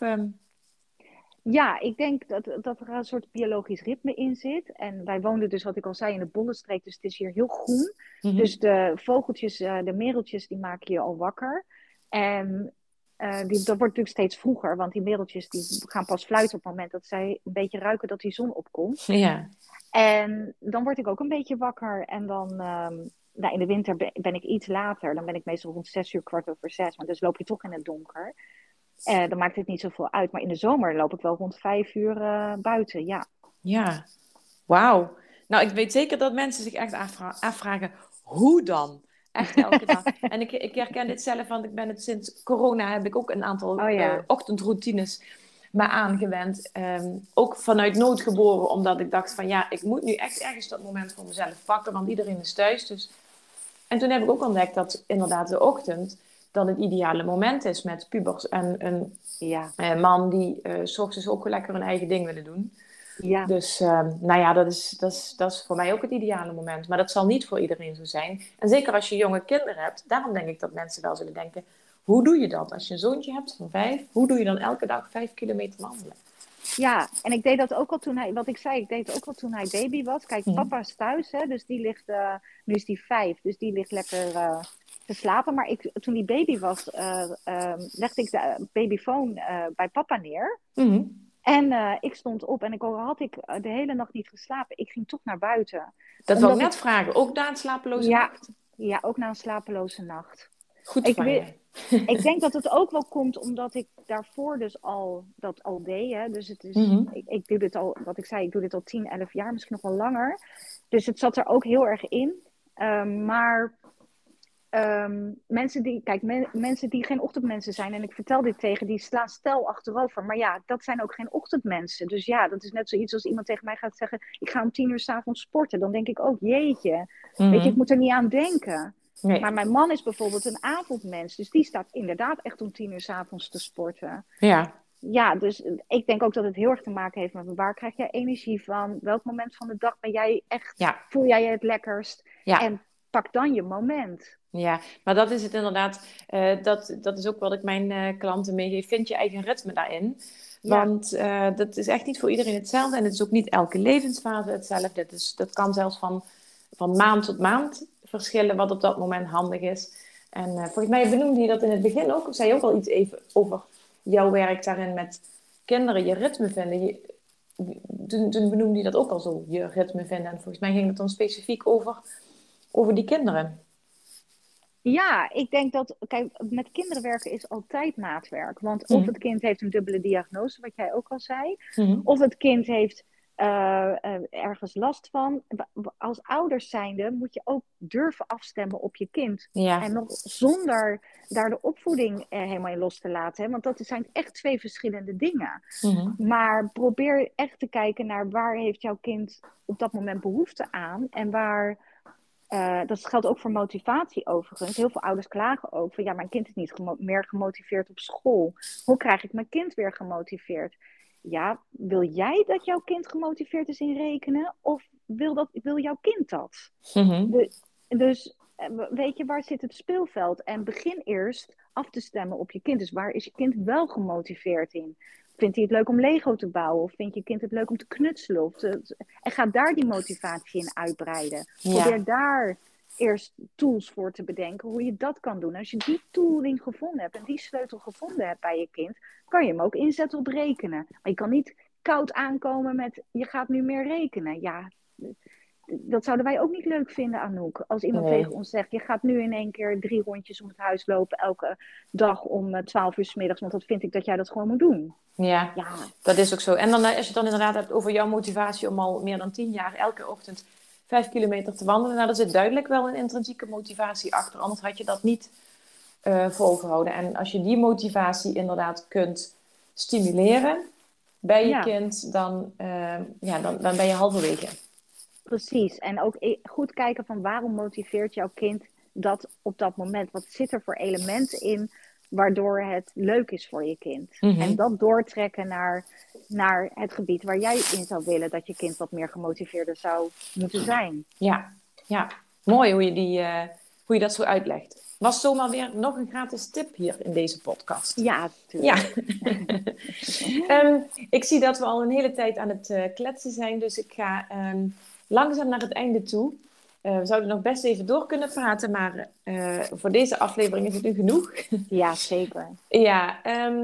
Ja, ik denk dat er een soort biologisch ritme in zit. En wij woonden dus, wat ik al zei, in de Bollenstreek. Dus het is hier heel groen. Mhm. Dus de vogeltjes, de mereltjes, die maken je al wakker. En dat wordt natuurlijk steeds vroeger. Want die mereltjes die gaan pas fluiten op het moment dat zij een beetje ruiken dat die zon opkomt. Ja. En dan word ik ook een beetje wakker. En dan, nou, in de winter ben ik iets later. Dan ben ik meestal rond 6 uur, 5:15. Maar dus loop je toch in het donker. Dan maakt het niet zoveel uit. Maar in de zomer loop ik wel rond 5 uur buiten, ja. Ja. Wauw. Nou, ik weet zeker dat mensen zich echt afvragen, hoe dan? Echt elke dag. En ik herken dit zelf, want ik ben het sinds corona heb ik ook een aantal Oh ja. ochtendroutines me aangewend. Ook vanuit nood geboren, omdat ik dacht van ja, ik moet nu echt ergens dat moment voor mezelf pakken, want iedereen is thuis. Dus... En toen heb ik ook ontdekt dat inderdaad de ochtend dan het ideale moment is met pubers en een Ja. man die 's ochtends ook lekker hun eigen ding willen doen. Ja. Dus nou ja, dat is voor mij ook het ideale moment. Maar dat zal niet voor iedereen zo zijn. En zeker als je jonge kinderen hebt. Daarom denk ik dat mensen wel zullen denken... Hoe doe je dat? Als je een zoontje hebt van 5... Hoe doe je dan elke dag 5 kilometer wandelen? Ja, en ik deed dat ook al toen hij, wat ik zei, ik deed het ook al toen hij baby was. Kijk, Mhm. papa is thuis, hè, dus die ligt, nu is die 5, dus die ligt lekker te slapen. Maar toen die baby was, legde ik de babyfoon bij papa neer. Mhm. En ik stond op en had ik de hele nacht niet geslapen. Ik ging toch naar buiten. Dat wil ik Omdat net ik, vragen. Ook na een slapeloze ja, nacht? ja, ook na een slapeloze nacht. Goed Ik, van wi- je. Ik denk dat het ook wel komt omdat ik daarvoor dus dat al deed. Hè. Dus het is, Mhm. ik doe dit al, wat ik zei, ik doe dit al 10, 11 jaar, misschien nog wel langer. Dus het zat er ook heel erg in. Maar mensen die geen ochtendmensen zijn, en ik vertel dit tegen, die slaan stel achterover. Maar ja, dat zijn ook geen ochtendmensen. Dus ja, dat is net zoiets als iemand tegen mij gaat zeggen, ik ga om 10 uur 's avonds sporten. Dan denk ik ook, jeetje, weet je, ik Mhm. moet er niet aan denken. Maar Nee. mijn man is bijvoorbeeld een avondmens. Dus die staat inderdaad echt om 10 uur 's avonds te sporten. Ja. Ja, dus ik denk ook dat het heel erg te maken heeft met waar krijg jij energie van? Welk moment van de dag ben jij echt, Ja. voel jij je het lekkerst? Ja. En pak dan je moment. Ja, maar dat is het inderdaad. Dat is ook wat ik mijn klanten meegeef. Vind je eigen ritme daarin. Ja, Want dat is echt niet voor iedereen hetzelfde. En het is ook niet elke levensfase hetzelfde. Dat kan zelfs van maand tot maand verschillen wat op dat moment handig is. En volgens mij benoemde je dat in het begin ook. Zei je ook al iets even over jouw werk daarin met kinderen, je ritme vinden. Toen benoemde je dat ook al zo, je ritme vinden. En volgens mij ging het dan specifiek over die kinderen. ja, ik denk dat, kijk, met kinderen werken is altijd maatwerk. Want of Mhm. het kind heeft een dubbele diagnose, wat jij ook al zei, Mhm. of het kind heeft ergens last van. Als ouders zijnde moet je ook durven afstemmen op je kind. Ja. En nog zonder daar de opvoeding helemaal in los te laten. Hè? Want dat zijn echt twee verschillende dingen. Mhm. Maar probeer echt te kijken naar waar heeft jouw kind op dat moment behoefte aan. En waar, dat geldt ook voor motivatie overigens. Heel veel ouders klagen ook van ja, mijn kind is niet meer gemotiveerd op school. Hoe krijg ik mijn kind weer gemotiveerd? Ja, wil jij dat jouw kind gemotiveerd is in rekenen? Of wil jouw kind dat? Mhm. Dus weet je, waar zit het speelveld? En begin eerst af te stemmen op je kind. Dus waar is je kind wel gemotiveerd in? Vindt hij het leuk om Lego te bouwen? Of vindt je kind het leuk om te knutselen? En ga daar die motivatie in uitbreiden. Ja. Probeer daar eerst tools voor te bedenken hoe je dat kan doen. Als je die tooling gevonden hebt en die sleutel gevonden hebt bij je kind, kan je hem ook inzetten op rekenen. Maar je kan niet koud aankomen met je gaat nu meer rekenen. Ja, dat zouden wij ook niet leuk vinden, Anouk. Als iemand tegen Nee. ons zegt, je gaat nu in één keer 3 rondjes om het huis lopen elke dag om 12 uur 's middags, want dat vind ik dat jij dat gewoon moet doen. Ja, Ja, dat is ook zo. En dan, als je het dan inderdaad hebt over jouw motivatie om al meer dan 10 jaar elke ochtend 5 kilometer te wandelen. Nou, daar zit duidelijk wel een intrinsieke motivatie achter. Anders had je dat niet volgehouden. En als je die motivatie inderdaad kunt stimuleren bij je Ja, kind, dan ben je halverwege. precies. En ook goed kijken van waarom motiveert jouw kind dat op dat moment? Wat zit er voor elementen in waardoor het leuk is voor je kind? En Mhm. dat doortrekken naar het gebied waar jij in zou willen dat je kind wat meer gemotiveerder zou moeten zijn. Ja, ja. Mooi hoe je dat zo uitlegt. Was zomaar weer nog een gratis tip hier in deze podcast. Ja, Ja. natuurlijk. Ik zie dat we al een hele tijd aan het kletsen zijn, dus ik ga langzaam naar het einde toe. We zouden nog best even door kunnen praten, maar voor deze aflevering is het nu genoeg. Ja, zeker. Ja,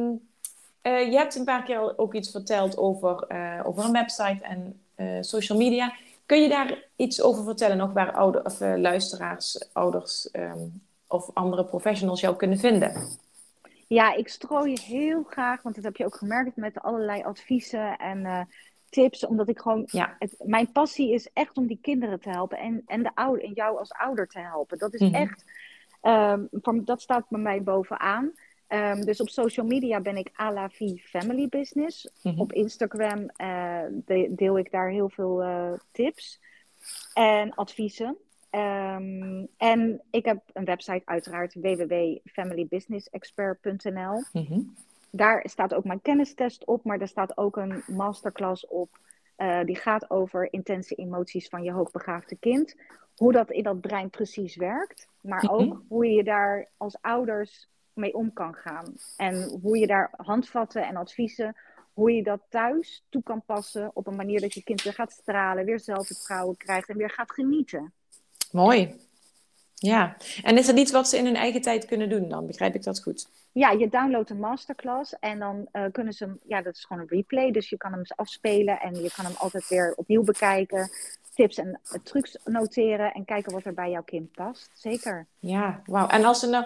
je hebt een paar keer al ook iets verteld over een website en social media. Kun je daar iets over vertellen nog waar luisteraars, ouders of andere professionals jou kunnen vinden? Ja, ik strooi heel graag, want dat heb je ook gemerkt met allerlei adviezen en tips, omdat ik gewoon, Ja. mijn passie is echt om die kinderen te helpen en en jou als ouder te helpen. Dat is Mhm. echt, dat staat bij mij bovenaan. Dus op social media ben ik Alavi Family Business. Mhm. Op Instagram deel ik daar heel veel tips en adviezen. En ik heb een website uiteraard, www.familybusinessexpert.nl. Mhm. Daar staat ook mijn kennistest op, maar daar staat ook een masterclass op. Die gaat over intense emoties van je hoogbegaafde kind. Hoe dat in dat brein precies werkt, maar Mhm. ook hoe je daar als ouders mee om kan gaan. En hoe je daar handvatten en adviezen, hoe je dat thuis toe kan passen op een manier dat je kind weer gaat stralen, weer zelfvertrouwen krijgt en weer gaat genieten. Mooi. Ja. En is dat iets wat ze in hun eigen tijd kunnen doen dan? Begrijp ik dat goed? Ja, je downloadt een masterclass en dan kunnen ze hem, ja, dat is gewoon een replay, dus je kan hem afspelen en je kan hem altijd weer opnieuw bekijken, tips en trucs noteren en kijken wat er bij jouw kind past. Zeker. Ja, wauw. En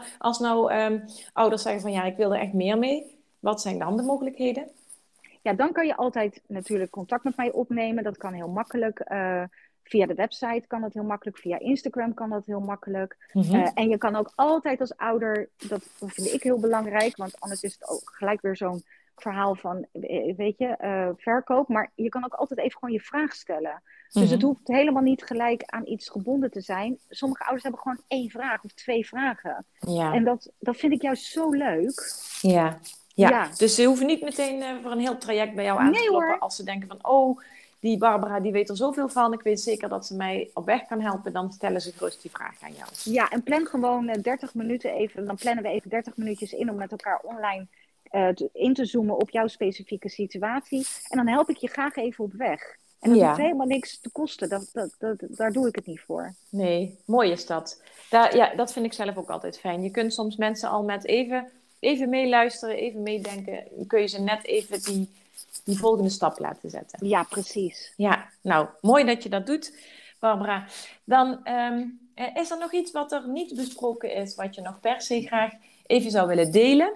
als ouders zeggen van ja, ik wil er echt meer mee, wat zijn dan de mogelijkheden? Ja, dan kan je altijd natuurlijk contact met mij opnemen. Dat kan heel makkelijk. Via de website kan dat heel makkelijk. Via Instagram kan dat heel makkelijk. Mhm. En je kan ook altijd als ouder, dat vind ik heel belangrijk, want anders is het ook gelijk weer zo'n verhaal van, weet je, verkoop. Maar je kan ook altijd even gewoon je vraag stellen. Dus het Mhm. hoeft helemaal niet gelijk aan iets gebonden te zijn. Sommige ouders hebben gewoon 1 vraag of 2 vragen. En Ja. dat vind ik juist zo leuk. Ja. Ja, Ja, dus ze hoeven niet meteen voor een heel traject bij jou aan te nee kloppen hoor. als ze denken van, oh, die Barbara die weet er zoveel van, ik weet zeker dat ze mij op weg kan helpen, dan stellen ze gerust die vraag aan jou. Ja, en plan gewoon 30 minuten even. Dan plannen we even 30 minuutjes in om met elkaar online in te zoomen op jouw specifieke situatie. En dan help ik je graag even op weg. En dat hoeft Ja, helemaal niks te kosten. Daar doe ik het niet voor. nee, mooi is dat. Ja, dat vind ik zelf ook altijd fijn. Je kunt soms mensen al met even meeluisteren, even meedenken, kun je ze net even die volgende stap laten zetten. Ja, precies. Ja, nou, mooi dat je dat doet, Barbara. Dan is er nog iets wat er niet besproken is, wat je nog per se graag even zou willen delen?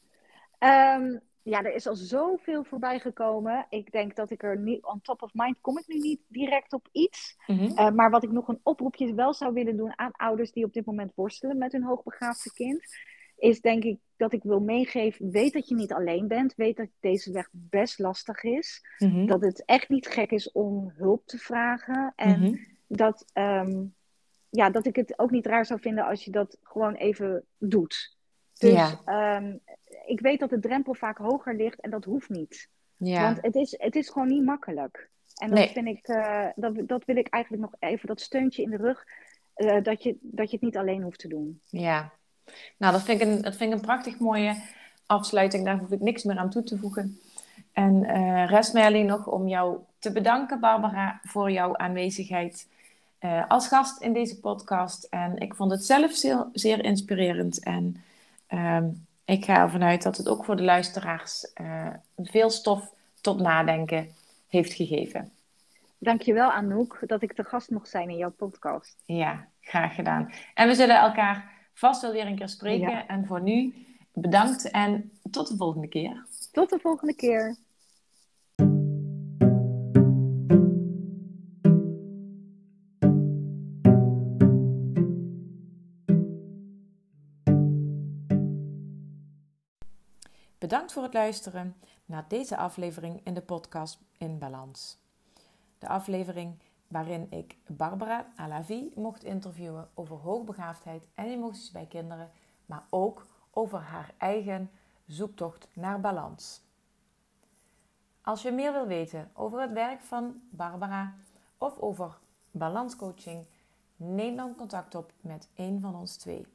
Ja, er is al zoveel voorbij gekomen. Ik denk dat ik er niet, on top of mind kom ik nu niet direct op iets. Mhm. Maar wat ik nog een oproepje wel zou willen doen aan ouders die op dit moment worstelen met hun hoogbegaafde kind, is denk ik dat ik wil meegeven, weet dat je niet alleen bent. Weet dat deze weg best lastig is. Mhm. Dat het echt niet gek is om hulp te vragen. En Mhm. dat, ja, dat ik het ook niet raar zou vinden als je dat gewoon even doet. Dus Ja, ik weet dat de drempel vaak hoger ligt en dat hoeft niet. Want ja. het is gewoon niet makkelijk. En dat Nee, vind ik, dat wil ik eigenlijk nog even, dat steuntje in de rug, dat je het niet alleen hoeft te doen. ja. Nou, dat vind ik een prachtig mooie afsluiting. Daar hoef ik niks meer aan toe te voegen. En rest mij alleen nog om jou te bedanken, Barbara, voor jouw aanwezigheid als gast in deze podcast. En ik vond het zelf zeer, zeer inspirerend. En ik ga ervan uit dat het ook voor de luisteraars veel stof tot nadenken heeft gegeven. Dankjewel Anouk dat ik te gast mocht zijn in jouw podcast. Ja, graag gedaan. En we zullen elkaar vast wel weer een keer Ja, spreken. En voor nu bedankt en tot de volgende keer. tot de volgende keer. Bedankt Bedankt voor het luisteren naar deze aflevering in de podcast In Balans. De aflevering waarin ik Barbara Alavi mocht interviewen over hoogbegaafdheid en emoties bij kinderen, maar ook over haar eigen zoektocht naar balans. Als je meer wil weten over het werk van Barbara of over balanscoaching, neem dan contact op met een van ons twee.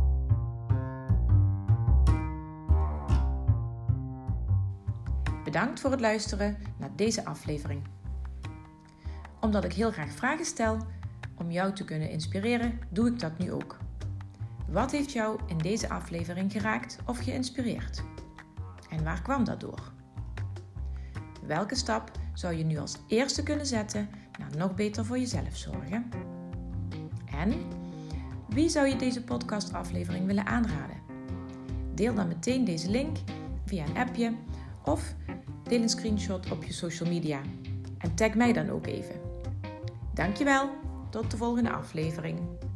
Bedankt voor het luisteren naar deze aflevering. Omdat ik heel graag vragen stel om jou te kunnen inspireren, doe ik dat nu ook. Wat heeft jou in deze aflevering geraakt of geïnspireerd? En waar kwam dat door? Welke stap zou je nu als eerste kunnen zetten naar nog beter voor jezelf zorgen? En wie zou je deze podcastaflevering willen aanraden? Deel dan meteen deze link via een appje of deel een screenshot op je social media en tag mij dan ook even. Dankjewel, tot de volgende aflevering.